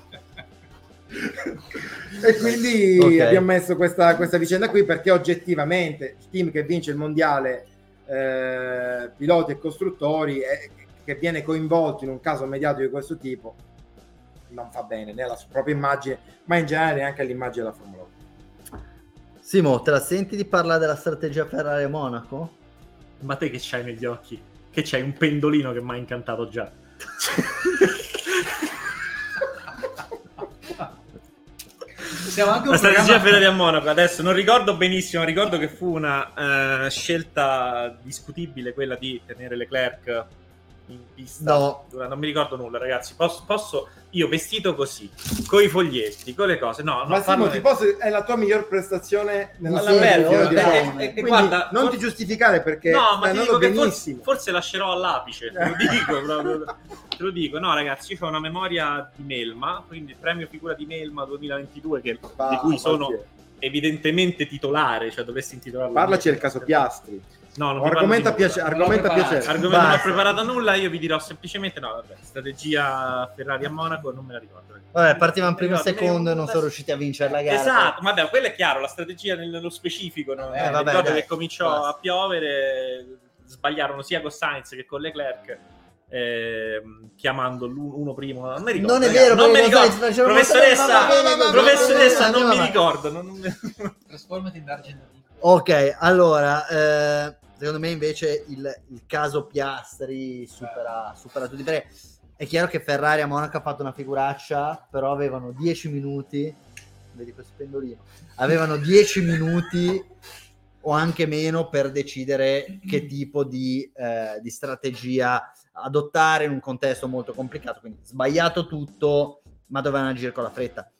e quindi Ok. abbiamo messo questa, questa vicenda qui perché oggettivamente il team che vince il mondiale eh, piloti e costruttori e che viene coinvolto in un caso mediatico di questo tipo non fa bene né alla sua propria immagine ma in generale neanche all'immagine della Formula uno. Simo, te la senti di parlare della strategia Ferrari a Monaco? Ma te che c'hai negli occhi? Che c'hai un pendolino che mi ha incantato già. Siamo anche un La strategia programma- Ferrari a Monaco, adesso non ricordo benissimo, ricordo che fu una eh, scelta discutibile quella di tenere Leclerc in pista. No. Durante- non mi ricordo nulla, ragazzi. Posso, posso io vestito così, con i foglietti, con le cose. No, no, Ma farlo Simo, ti posso, è la tua miglior prestazione nella Sì, storia sì, del Giro sì, di sì. Roma. E- e- e Quindi guarda, non forse- ti giustificare perché No, stai ma ti andando dico che forse, benissimo. forse lascerò all'apice, te lo dico proprio. Te lo dico, no ragazzi, io ho una memoria di Melma, quindi il premio figura di Melma duemilaventidue, che, Va, di cui sono Valtieri. evidentemente titolare, cioè dovresti intitolarlo. Parlaci del caso Piastri. No, non O ti parlo argomenta a di nulla. piace- Non argomenta a l'ho preparato. piacere. Argomento non ho Basta. preparato nulla, io vi dirò semplicemente no, vabbè, strategia Ferrari a Monaco non me la ricordo. Vabbè, partivano primo e Ricordo, secondo e non adesso- sono riusciti a vincere la gara. Esatto, vabbè, quello è chiaro, la strategia nel- nello specifico, no? Eh, Eh, vabbè, ricordo dai, che cominciò basta. a piovere, sbagliarono sia con Sainz che con Leclerc, ehm, chiamando l'uno uno primo, non mi ricordo. Non è ragazzi, vero, non mi perché ricordo. Sainz faceva Professoressa, molto bene, va bene, va bene, professoressa, va bene, non mi andiamo avanti. ricordo. non- non- Trasformati in Dargen. Ok, allora, eh, secondo me invece il, il caso Piastri supera, supera tutti. Perché è chiaro che Ferrari a Monaco ha fatto una figuraccia, però avevano dieci minuti, vedi questo pendolino, avevano dieci minuti o anche meno per decidere che tipo di, eh, di strategia adottare in un contesto molto complicato, quindi sbagliato tutto, ma dovevano agire con la fretta.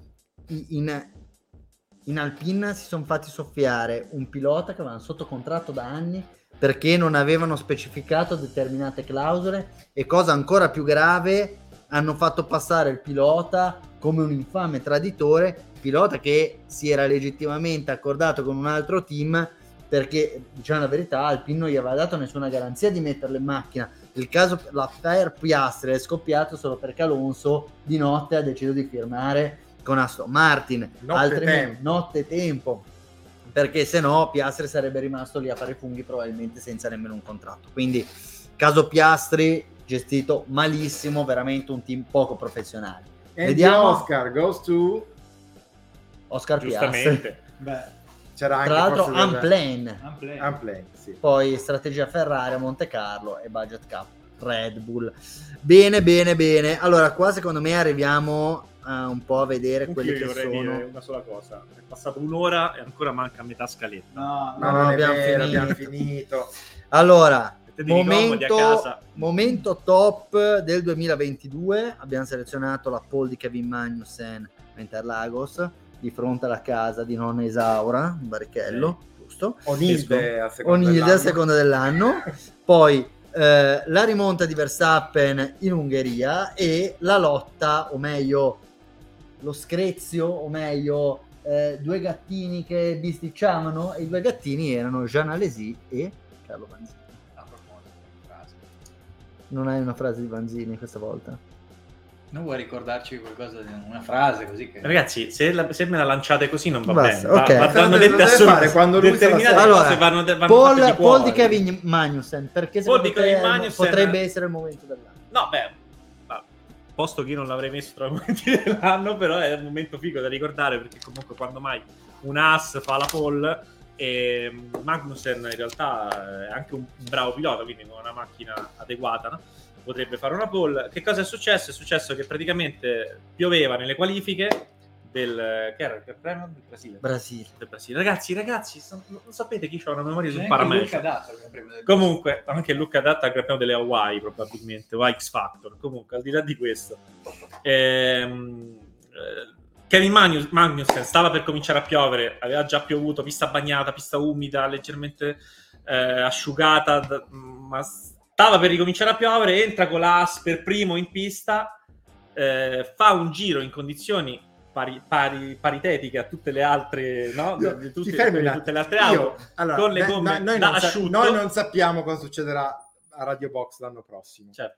in, in Alpine si sono fatti soffiare un pilota che avevano sotto contratto da anni perché non avevano specificato determinate clausole, e cosa ancora più grave, hanno fatto passare il pilota come un infame traditore, pilota che si era legittimamente accordato con un altro team, perché, diciamo la verità, Alpine non gli aveva dato nessuna garanzia di metterlo in macchina. Il caso, l'affaire Piastri è scoppiato solo perché Alonso di notte ha deciso di firmare con Aston Martin, Notte altrimenti tempo. notte tempo, perché se no Piastri sarebbe rimasto lì a fare funghi probabilmente senza nemmeno un contratto. Quindi caso Piastri gestito malissimo, veramente un team poco professionale. E Vediamo. Oscar goes to Oscar Piastri, Giustamente. Beh, c'era anche tra l'altro forse del- unplanned, unplanned. Unplanned, sì. poi strategia Ferrari a Monte Carlo e budget cap Red Bull. Bene, bene, bene. Allora qua secondo me arriviamo a un po' a vedere Comunque quelli io che vorrei dire sono. una sola cosa: è passato un'ora e ancora manca metà scaletta. No, No, No, non è abbiamo vero, finito. abbiamo finito. Allora, Mettetevi comodi a momento, casa. momento top del duemilaventidue. Abbiamo selezionato la pole di Kevin Magnussen a Interlagos di fronte alla casa di nonna Isaura in Barrichello, giusto? Onilde al secondo Onilde dell'anno. al secondo dell'anno. Poi eh, la rimonta di Verstappen in Ungheria e la lotta, o meglio lo screzio, o meglio eh, due gattini che bisticciavano, e i due gattini erano Jean Alesi e Carlo Vanzini. a proposito, frase. Non hai una frase di Vanzini questa volta? Non vuoi ricordarci qualcosa di una frase così che... Ragazzi, se, la- se me la lanciate così non va Basta, bene. Va- ok. va- vanno Lo dette deve assolut- fare quando lui se la determinate sa. cose Allora, vanno, de- vanno Paul, fatte di Paul cuore. di Kevin Magnussen, perché Paul secondo di te Kevin Magnussen- potrebbe essere il momento dell'anno? No, beh, ma, posto che io non l'avrei messo tra i momenti dell'anno, però è un momento figo da ricordare, perché comunque quando mai un Haas fa la pole, e Magnussen in realtà è anche un bravo pilota, quindi con una macchina adeguata, no? Potrebbe fare una pole. Che cosa è successo? È successo che praticamente pioveva nelle qualifiche del... che era? Del premio del Brasile? Brasile. Del Brasile. Ragazzi, ragazzi, so- non sapete chi c'ha una memoria sul Neanche parametro. Luca Dato al Gran Premio del Comunque, anche Luca adatta al Gran Premio delle Hawaii, probabilmente, o a X Factor. Comunque, al di là di questo, ehm, eh, Kevin Magnus- Magnussen stava per cominciare a piovere, aveva già piovuto, pista bagnata, pista umida, leggermente eh, asciugata, d- ma stava per ricominciare a piovere, entra con l'A S per primo in pista, eh, fa un giro in condizioni pari, pari- paritetiche a tutte le altre, no? Io- Di ti tutte, fermi un di attimo. tutte le altre Io- auto. allora, con le beh, gomme no- noi, da non sa- asciutto. noi non sappiamo cosa succederà a Radio Box l'anno prossimo. Certo.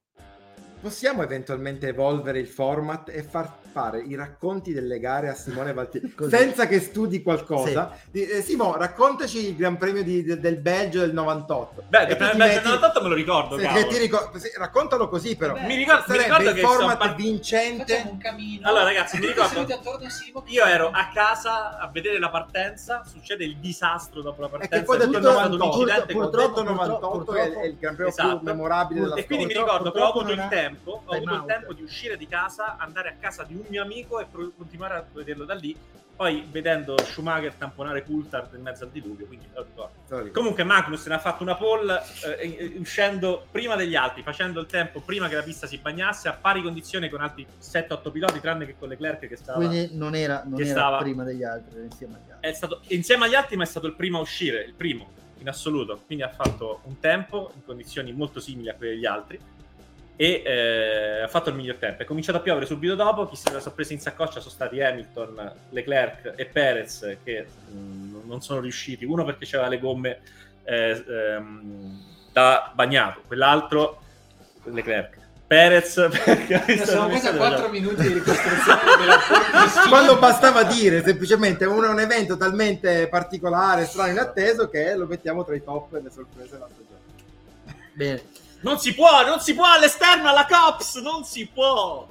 Possiamo eventualmente evolvere il format e far fare i racconti delle gare a Simone Valtieri Così. senza che studi qualcosa? Di- eh, Simo, raccontaci il Gran Premio di- de- del Belgio del novantotto. Beh, E il tu ti Belgio metti- novantotto me lo ricordo, se- cavolo. che ti ricor- sì, raccontalo così però. Vabbè, Mi ricordo, mi Sarebbe ricordo il che sono format part- vincente. Facciamo un camino. Allora, ragazzi, mi Tutti ricordo- seduti attorno a Simo. Io ero a casa a vedere la partenza, succede il disastro dopo la E partenza. che poi c'è detto stato un novantotto, incidente con- purtroppo- detto novantotto purtroppo- è, è il Gran Premio Esatto. più memorabile della E quindi mi storia. ricordo che ho purtroppo avuto non il ha- tempo, ho time avuto il out. tempo di uscire di casa, andare a casa di un mio amico e pro- continuare a vederlo da lì. Poi vedendo Schumacher tamponare Coulthard in mezzo al diluvio, quindi me lo ricordo. Te lo ricordo. Comunque Magnussen ha fatto una pole eh, eh, uscendo prima degli altri, facendo il tempo prima che la pista si bagnasse, a pari condizione con altri sette otto piloti, tranne che con Leclerc che stava... Quindi non era, non Che era stava- prima degli altri, era insieme agli altri. È stato insieme agli altri, ma è stato il primo a uscire, il primo in assoluto. Quindi ha fatto un tempo in condizioni molto simili a quelle degli altri e eh, ha fatto il miglior tempo. È cominciato a piovere subito dopo. Chi se la sono presi in saccoccia sono stati Hamilton, Leclerc e Perez, che mh, non sono riusciti. Uno perché c'era le gomme eh, ehm, da bagnato, quell'altro Leclerc. Perez perché Siamo quasi a quattro minuti di ricostruzione della pole. Quando bastava dire semplicemente un, un evento talmente particolare, strano, inatteso che lo mettiamo tra i top e le sorprese della stagione. Bene. Non si può, non si può all'esterno alla Cops, non si può.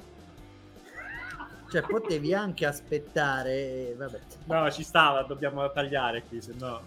Cioè, potevi anche aspettare, vabbè. No, ci stava, dobbiamo tagliare qui, se no...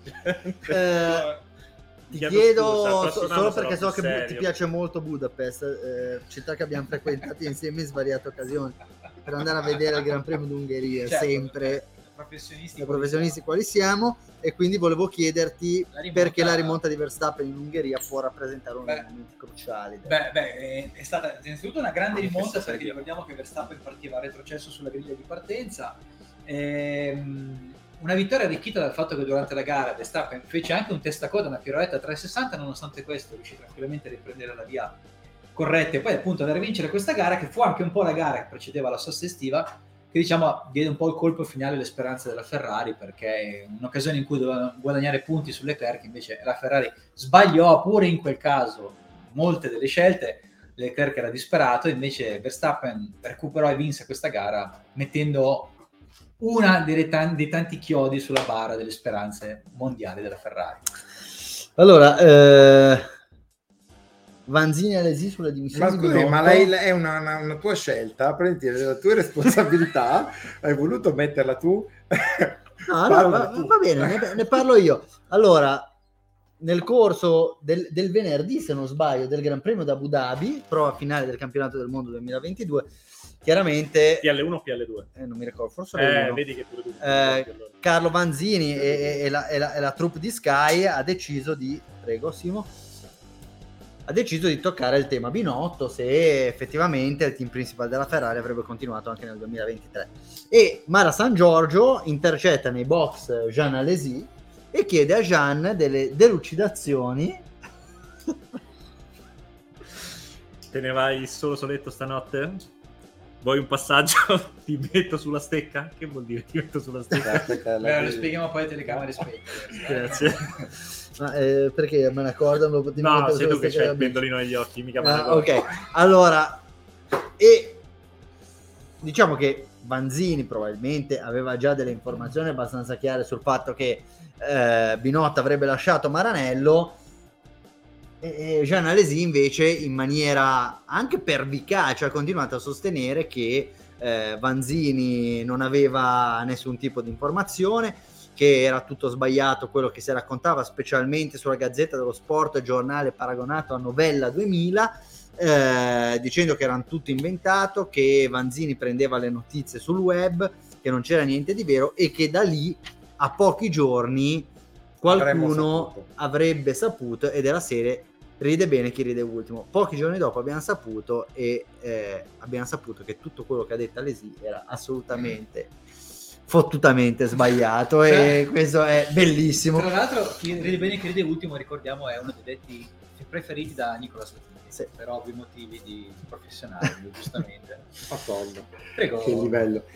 Eh, ti Chiedo chiedo, scusa, il so- prossimo solo anno perché sarò so che più bu- serio. ti piace molto Budapest, eh, città che abbiamo frequentato insieme in svariate occasioni, per andare a vedere il Gran Premio d'Ungheria, Certo. sempre professionisti, da professionisti quali siamo, e quindi volevo chiederti La rimonta- perché la rimonta di Verstappen in Ungheria può rappresentare uno Beh, dei momenti cruciali. del- Beh, beh, è- è stata innanzitutto una grande Che rimonta, senso perché di- ricordiamo che Verstappen partiva retrocesso sulla griglia di partenza. Ehm, una vittoria arricchita dal fatto che durante la gara Verstappen fece anche un testacoda, una piroetta a trecentosessanta, nonostante questo riuscì tranquillamente a riprendere la via corretta e poi appunto andare a vincere questa gara, che fu anche un po' la gara che precedeva la sosta estiva, che diciamo diede un po' il colpo finale alle speranze della Ferrari, perché in un'occasione in cui doveva guadagnare punti su Leclerc, invece la Ferrari sbagliò pure in quel caso molte delle scelte. Leclerc era disperato, invece Verstappen recuperò e vinse questa gara mettendo una delle tan- dei tanti chiodi sulla bara delle speranze mondiali della Ferrari. Allora, eh, Vanzini Alesi sulle Ma dimissioni di scusi, Binotto. ma lei è una, una, una tua scelta, prendi le tue responsabilità, hai voluto metterla tu? No, no, Parla va, tu. va bene, ne, ne parlo io. Allora, nel corso del, del venerdì, se non sbaglio, del Gran Premio d'Abu Dhabi, prova finale del Campionato del Mondo duemilaventidue, chiaramente... P L uno o P L due? Eh, non mi ricordo, forse era Eh, uno. vedi che pure tu. Eh, Carlo Vanzini e, e la, e, la, e la troupe di Sky ha deciso di... Prego, Simo. Ha deciso di toccare il tema Binotto, se effettivamente il team principal della Ferrari avrebbe continuato anche nel duemilaventitré. E Mara San Giorgio intercetta nei box Jean Alesi e chiede a Jean delle delucidazioni. Te ne vai solo soletto stanotte? Vuoi un passaggio? Ti metto sulla stecca? Che vuol dire ti metto sulla stecca? Beh, lo spieghiamo poi a telecamere spente. Grazie. Ma, eh, perché me ne accordo? Di No, mettere sei sulla tu che stecca c'hai il della pendolino negli occhi, mica me ne Ah, accorgo. ok, allora, e diciamo che Vanzini probabilmente aveva già delle informazioni abbastanza chiare sul fatto che eh, Binotto avrebbe lasciato Maranello, e e Jean Alesi invece in maniera anche pervicace ha continuato a sostenere che eh, Vanzini non aveva nessun tipo di informazione, che era tutto sbagliato quello che si raccontava, specialmente sulla Gazzetta dello Sport, giornale paragonato a Novella duemila, eh, dicendo che erano tutto inventato, che Vanzini prendeva le notizie sul web, che non c'era niente di vero e che da lì a pochi giorni qualcuno saputo. avrebbe saputo, ed era serie ride bene chi ride ultimo. Pochi giorni dopo abbiamo saputo e eh, abbiamo saputo che tutto quello che ha detto Alesi era assolutamente fottutamente sbagliato, Cioè, e questo è bellissimo. Tra l'altro, chi ride bene chi ride ultimo, ricordiamo, è uno dei detti preferiti da Nicola Latini, Sì. per ovvi motivi di professionali, giustamente. Madonna, Prego. che livello.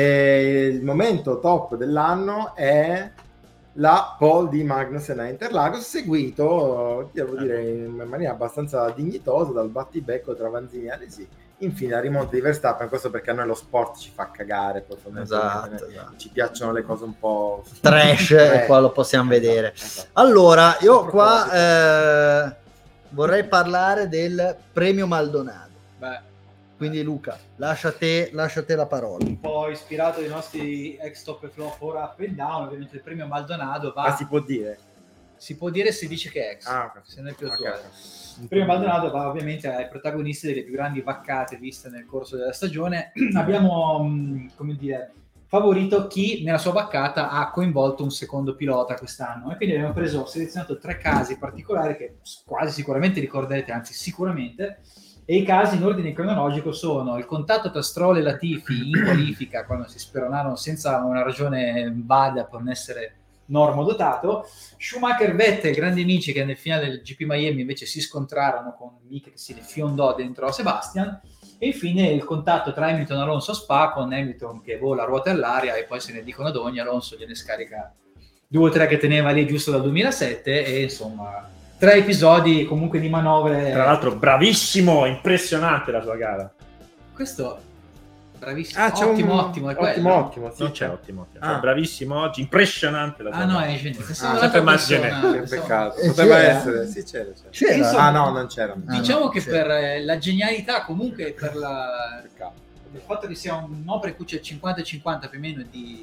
E il momento top dell'anno è la pole di Magnussen a Interlagos, seguito, devo dire, in maniera abbastanza dignitosa dal battibecco tra Vanzini e Alesi. Infine la rimonta di Verstappen, questo perché a noi lo sport ci fa cagare, poi Esatto, esatto. ci piacciono le cose un po' Trash, Eh, e qua lo possiamo esatto, vedere. esatto. Allora, io A proposito. qua eh, vorrei parlare del premio Maldonado. Beh, Quindi Luca, lascia te, lascia te la parola. un po' ispirato ai nostri ex top e flop ora up and down, ovviamente il premio Maldonado va... Ma si può dire? si può dire se dice che è ex, Ah, ok. se non è più Ok. attuale. Il premio Maldonado va ovviamente ai protagonisti delle più grandi vaccate viste nel corso della stagione. Abbiamo, mh, come dire, favorito chi nella sua vaccata ha coinvolto un secondo pilota quest'anno, e quindi abbiamo preso, selezionato tre casi particolari che quasi sicuramente ricorderete, anzi sicuramente, e i casi in ordine cronologico sono il contatto tra Stroll e Latifi in qualifica, quando si speronarono senza una ragione valida per non essere normodotato, Schumacher Vettel, grandi amici che nel finale del G P Miami invece si scontrarono con Mick che si fiondò dentro a Sebastian, e infine il contatto tra Hamilton e Alonso a Spa, con Hamilton che vola a ruote all'aria e poi se ne dicono ad ogni, Alonso gliene scarica due o tre che teneva lì giusto dal duemilasette, e insomma tre episodi comunque di manovre. Tra l'altro bravissimo, impressionante la sua gara. Questo bravissimo, Ah, c'è ottimo, un... ottimo, è quello. ottimo, ottimo, sì. Non c'è ottimo, ottimo. Ah. bravissimo oggi, impressionante la sua Ah no, gara. è ingegnere. Pensavo Ah, un'altra sempre persona, immagine. Che insomma. peccato. Eh, Poteva c'era? essere, sì, c'era, c'era. C'era? Insomma, Ah no, non c'era. Ah, Diciamo no, che sì. per eh, la genialità, comunque per la, Peccato. il fatto che sia un'opera in cui c'è cinquanta e cinquanta più o meno di,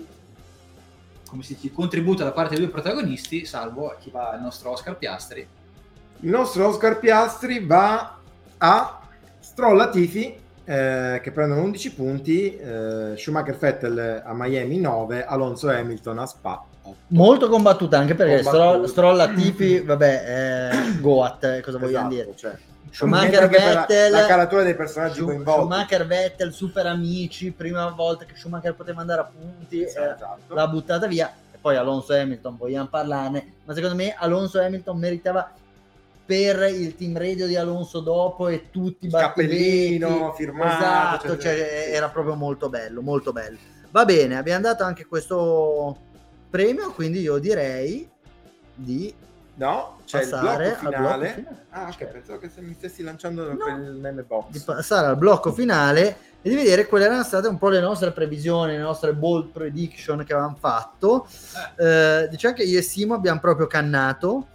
come si dice, contributo da parte dei due protagonisti, salvo chi va al nostro Oscar Piastri. Il nostro Oscar Piastri va a Stroll Latifi eh, che prendono undici punti, eh, Schumacher Vettel a Miami nove, Alonso Hamilton a Spa otto. Molto combattuta, anche perché Combattuta. Stroll, Stroll Latifi, vabbè, eh, Goat, eh, cosa vogliamo Esatto, dire? cioè, Schumacher anche per Vettel, la, la caratura dei personaggi Schu- coinvolti. Schumacher Vettel, super amici, prima volta che Schumacher poteva andare a punti, eh, Esatto. l'ha buttata via. E poi Alonso Hamilton, vogliamo parlarne, ma secondo me Alonso Hamilton meritava, per il team radio di Alonso dopo e tutti i battibecchi, cappellino firmato, esatto, cioè, cioè, sì. era proprio molto bello, molto bello. Va bene, abbiamo dato anche questo premio, quindi io direi di No, c'è il passare blocco al finale. blocco finale. Ah, ok, pensavo che se mi stessi lanciando No. per il meme box. Di passare al blocco finale e di vedere quelle erano state un po' le nostre previsioni, le nostre bold prediction che avevamo fatto. Eh, diciamo che io e Simo abbiamo proprio cannato.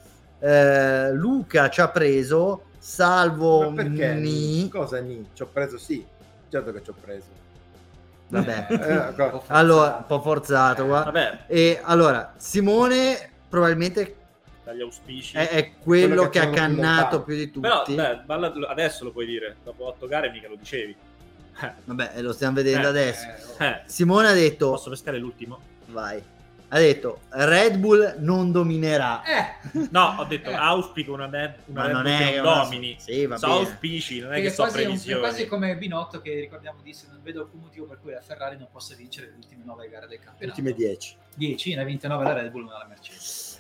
Eh, Luca ci ha preso, salvo Ma perché? Ni. Cosa Ni? Ci ho preso sì. Certo che ci ho preso. Vabbè. Eh, co- Allora, un po' forzato, guarda. Vabbè, E allora, Simone probabilmente dagli auspici. è, è quello, Quello che che ha c'erano più cannato lontano. più di tutti. Però beh, balla- adesso lo puoi dire, dopo otto gare mica lo dicevi. Eh, Vabbè, lo stiamo vedendo Eh, adesso. eh, Simone ha detto, posso pescare l'ultimo? vai, ha detto Red Bull non dominerà. Eh, No, ho detto Eh. auspico una, Red- una Ma Red non Bull è che che non una- domini. sì, va So bene. auspici, non è che che è so quasi, un- è previsioni. quasi come Binotto che ricordiamo disse non vedo alcun motivo per cui la Ferrari non possa vincere le ultime nove gare del Le campionato. ultime dieci. dieci, ne ha vinte nove la Red Bull, una la Mercedes.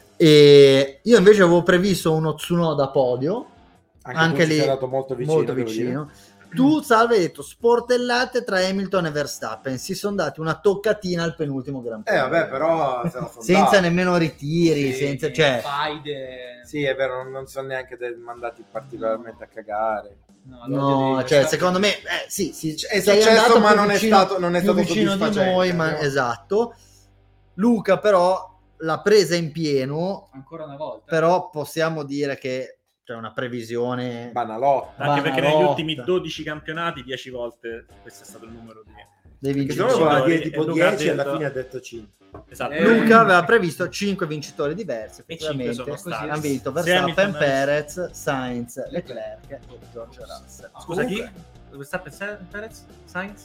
E io invece avevo previsto uno Tsunoda podio, Anche, anche tu ci lì sei andato molto vicino. molto devo vicino. dire. Tu, Salve, hai detto sportellate tra Hamilton e Verstappen, si sono dati una toccatina al penultimo Gran Eh Premio. vabbè, però se la sono senza dati. nemmeno ritiri, Sì, senza, cioè, faide. Sì, è vero, non, non sono neanche de- mandati particolarmente a cagare. No, l'odio no, di cioè, Verstappen- secondo me, eh, sì, sì, È sei successo, andato ma più non è vicino- stato, non è più stato vicino di soddisfacente. noi, ma no? esatto. Luca però l'ha presa in pieno, ancora una volta. però possiamo dire che c'è una previsione Banalotta. Anche perché negli banalotta. ultimi dodici campionati, dieci volte questo è stato il numero di... dei Perché se vincitori. no voleva dire E tipo Luca ha dieci e alla detto- fine ha detto cinque. Esatto. Eh, Luca aveva previsto cinque vincitori diversi, E cinque effettivamente sono stati. hanno vinto Se Verstappen, Hamilton- Perez, Sainz, Leclerc e George Russell. Scusa, chi? Comunque- Dove sta Perez? Perez? Sainz?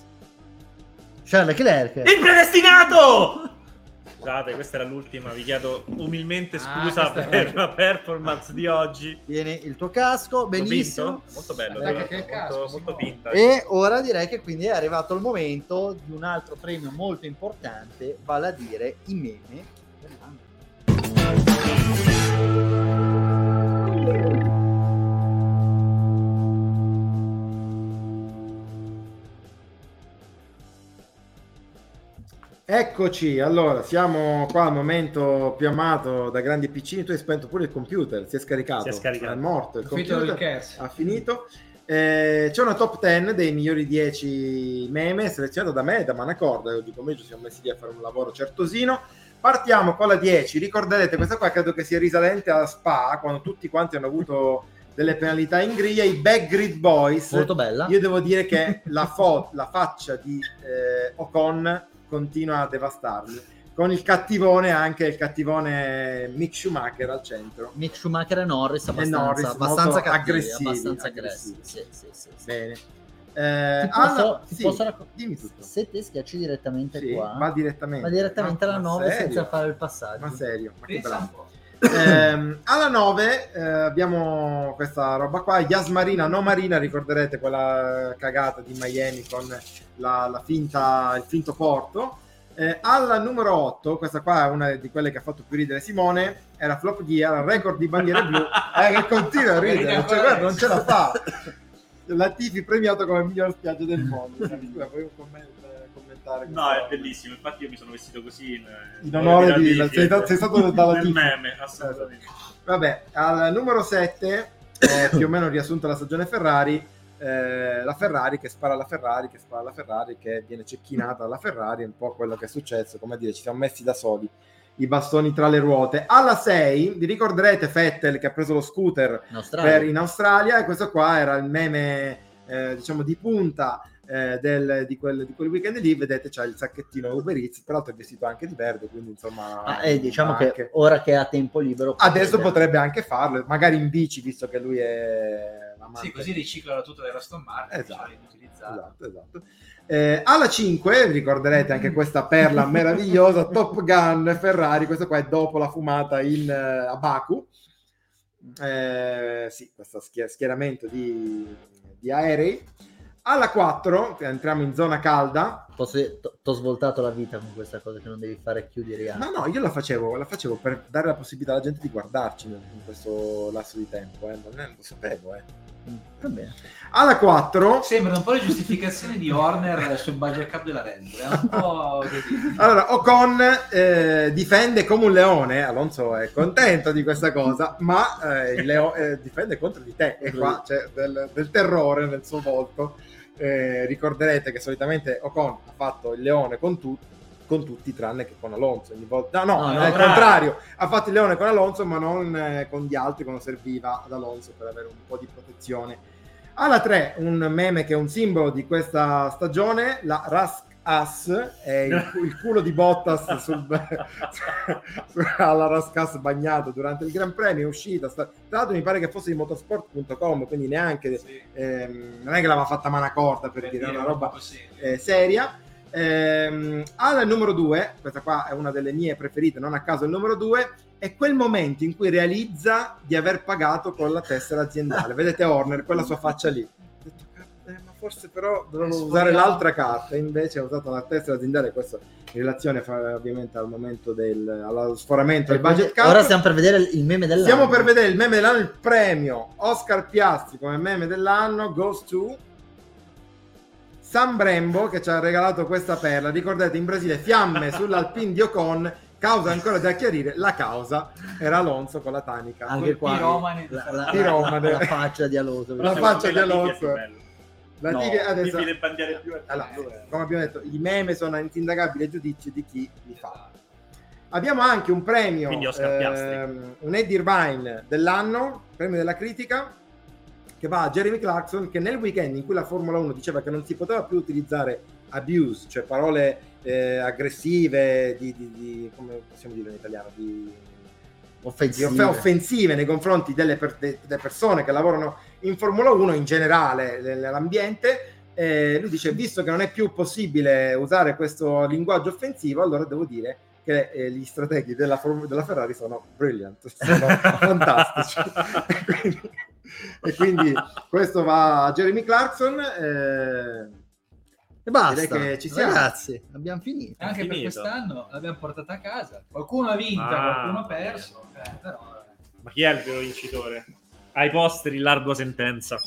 Charles Leclerc. Il predestinato! Scusate, questa era l'ultima, vi chiedo umilmente Ah, scusa questa per è- la performance di oggi. Vieni il tuo casco, L'ho benissimo. vinto? Molto bello, Dai, tra che l'altro, casco, molto, si molto muove. vinta. E ora direi che quindi è arrivato il momento di un altro premio molto importante, vale a dire i meme dell'anno. Eccoci, allora siamo qua al momento più amato da grandi e piccini. Tu hai spento pure il computer, si è scaricato, Si è scaricato. è morto il Ho finito il computer, Kers. ha finito. Eh, c'è una top dieci dei migliori dieci meme selezionato da me e da Manacorda. Oggi pomeriggio siamo messi lì a fare un lavoro certosino. Partiamo con la dieci. Ricorderete, questa qua credo che sia risalente a Spa, quando tutti quanti hanno avuto delle penalità in griglia, i Backgrid Boys. Molto bella. Io devo dire che la, fo- la faccia di eh, Ocon continua a devastarmi, con il cattivone, anche il cattivone Mick Schumacher al centro. Mick Schumacher e Norris abbastanza, Norris, abbastanza molto cattivi, aggressivi, abbastanza aggressivi. aggressivi. Sì, sì, sì, sì. Bene. Eh, Ti posso, alla- ti sì, posso racco- dimmi tutto. Se te schiacci direttamente Sì, qua, va direttamente. va direttamente Ma- alla ma nove serio? senza fare il passaggio. Ma serio, ma che Pensa bravo. un po'. Ehm, alla nove eh, abbiamo questa roba qua, Yas Marina no Marina, ricorderete quella cagata di Miami con la, la finta, il finto porto. Eh, alla numero otto, questa qua è una di quelle che ha fatto più ridere Simone, era Flop Gear, record di bandiere blu, eh, che continua a ridere, cioè, guarda, non ce la fa. Latifi premiato come miglior spiaggia del mondo. Scusa, puoi comment- commentare? No, è bellissimo. Infatti, io mi sono vestito così in, In onore di- Latifi, sei stato- sei stato da nel Latifi. meme, assolutamente. Vabbè, al numero sette, eh, più o meno riassunta la stagione Ferrari, eh, la Ferrari che spara alla Ferrari, che spara alla Ferrari, che viene cecchinata dalla Ferrari, è un po' quello che è successo, come dire, ci siamo messi da soli i bastoni tra le ruote. Alla sei, vi ricorderete Vettel che ha preso lo scooter In Australia. per in Australia, e questo qua era il meme, eh, diciamo, di punta eh, del, di, quel, di quel weekend lì. Vedete, c'ha il sacchettino Uber Eats, peraltro è vestito anche di verde, quindi insomma... Ah, eh, diciamo anche- che ora che ha tempo libero Adesso potrebbe- potrebbe anche farlo, magari in bici, visto che lui è amante. Sì, così riciclano tutto della Aston Martin. Esatto, Utilizzato. esatto, esatto. Eh, alla cinque, ricorderete anche questa perla meravigliosa, Top Gun Ferrari, questo qua è dopo la fumata in, uh, a Baku. Eh, sì, questo schier- schieramento di, di aerei. Alla quattro, entriamo in zona calda. Ti ho svoltato la vita con questa cosa che non devi fare chiudere. No, no, io la facevo, la facevo per dare la possibilità alla gente di guardarci in questo lasso di tempo, eh. non, è, lo sapevo. Eh. Va bene. Alla quattro Sembrano un po' le giustificazioni di Horner sul budget cap della Red Bull, è un po' così. Allora, Ocon eh, difende come un leone, Alonso è contento di questa cosa, ma eh, il leo- eh, difende contro di te, e qua c'è del, del terrore nel suo volto. Eh, ricorderete che solitamente Ocon ha fatto il leone con, tu- con tutti tranne che con Alonso ogni volta. No, no, No, no, al no. contrario, ha fatto il leone con Alonso ma non eh, con gli altri quando serviva ad Alonso per avere un po' di protezione. Alla tre, un meme che è un simbolo di questa stagione, la Rask As, è il, il culo di Bottas sul, alla Rask As bagnato durante il Gran Premio, è uscita, sta, tra l'altro mi pare che fosse di motorsport punto com, quindi neanche Sì. ehm, non è che l'aveva fatta mana corta per, Per dire, è dire una roba così. eh, seria. Ehm, al numero due, questa qua è una delle mie preferite, non a caso il numero due, è quel momento in cui realizza di aver pagato con la tessera aziendale. Vedete Horner, quella sua faccia lì. Ho detto, eh, ma forse però dovevo Eh, usare sfogliamo. l'altra carta, invece ho usato la tessera aziendale, questo in relazione fa, ovviamente al momento del allo sforamento del budget cap. Ora stiamo per vedere il meme dell'anno. Stiamo per vedere il meme dell'anno, il premio Oscar Piastri come meme dell'anno goes to San Brembo, che ci ha regalato questa perla. Ricordate, in Brasile fiamme sull'Alpine di Ocon, causa ancora da chiarire, la causa era Alonso con la tanica. Anche Col qua piromane. la, la, Piromane. la faccia di Alonso. La Secondo faccia me di la Tifi è Alonso. più bello. La No, tigre- adesso, Tifi deve bandiare più. allora, come abbiamo detto, i meme sono insindacabili a giudizio di chi li fa. Abbiamo anche un premio, Quindi Oscar Piastri. ehm, un Eddie Irvine dell'anno, premio della critica, che va a Jeremy Clarkson, che nel weekend in cui la Formula uno diceva che non si poteva più utilizzare abuse, cioè parole eh, aggressive, di, di, di, come possiamo dire in italiano, di, Offensive. di off- offensive nei confronti delle, per- de- delle persone che lavorano in Formula uno, in generale nell'ambiente. Eh, lui dice, visto che non è più possibile usare questo linguaggio offensivo, allora devo dire che eh, gli strateghi della, Form- della Ferrari sono brilliant, sono fantastici. E quindi, e quindi questo va a Jeremy Clarkson. Eh, E basta, direi che ci siamo. ragazzi, abbiamo finito. Anche per Finito. quest'anno l'abbiamo portata a casa. Qualcuno ha vinto, Ah, qualcuno ha perso. Eh, però, Ma chi è il vero vincitore? Ai posteri l'ardua sentenza.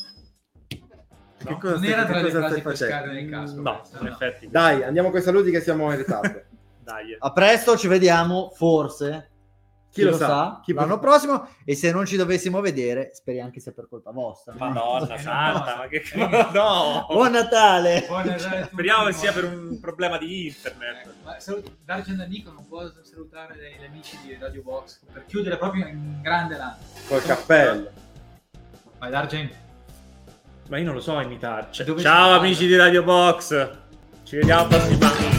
Che no, cosa non stai- era che tra le cosa frasi stai facendo? pescate nel caso. No, questa, in effetti. Dai, andiamo con i saluti che siamo in ritardo. Dai. A presto, ci vediamo, forse. Chi lo sa? Chi l'anno può- prossimo, e se non ci dovessimo vedere, speri anche sia per colpa vostra. Madonna Eh, santa, no. ma che Eh, no! Buon Natale! Buon Natale a tutti. Speriamo che sia per un problema di internet. Eh, ma salut- Dargen Amico non può salutare gli amici di Radio Box per chiudere proprio in grande l'anno. Col cappello. Vai Dargen. Ma io non lo so imitarci. Dove Ciao si amici di Radio Box. Ci vediamo al prossimo anno.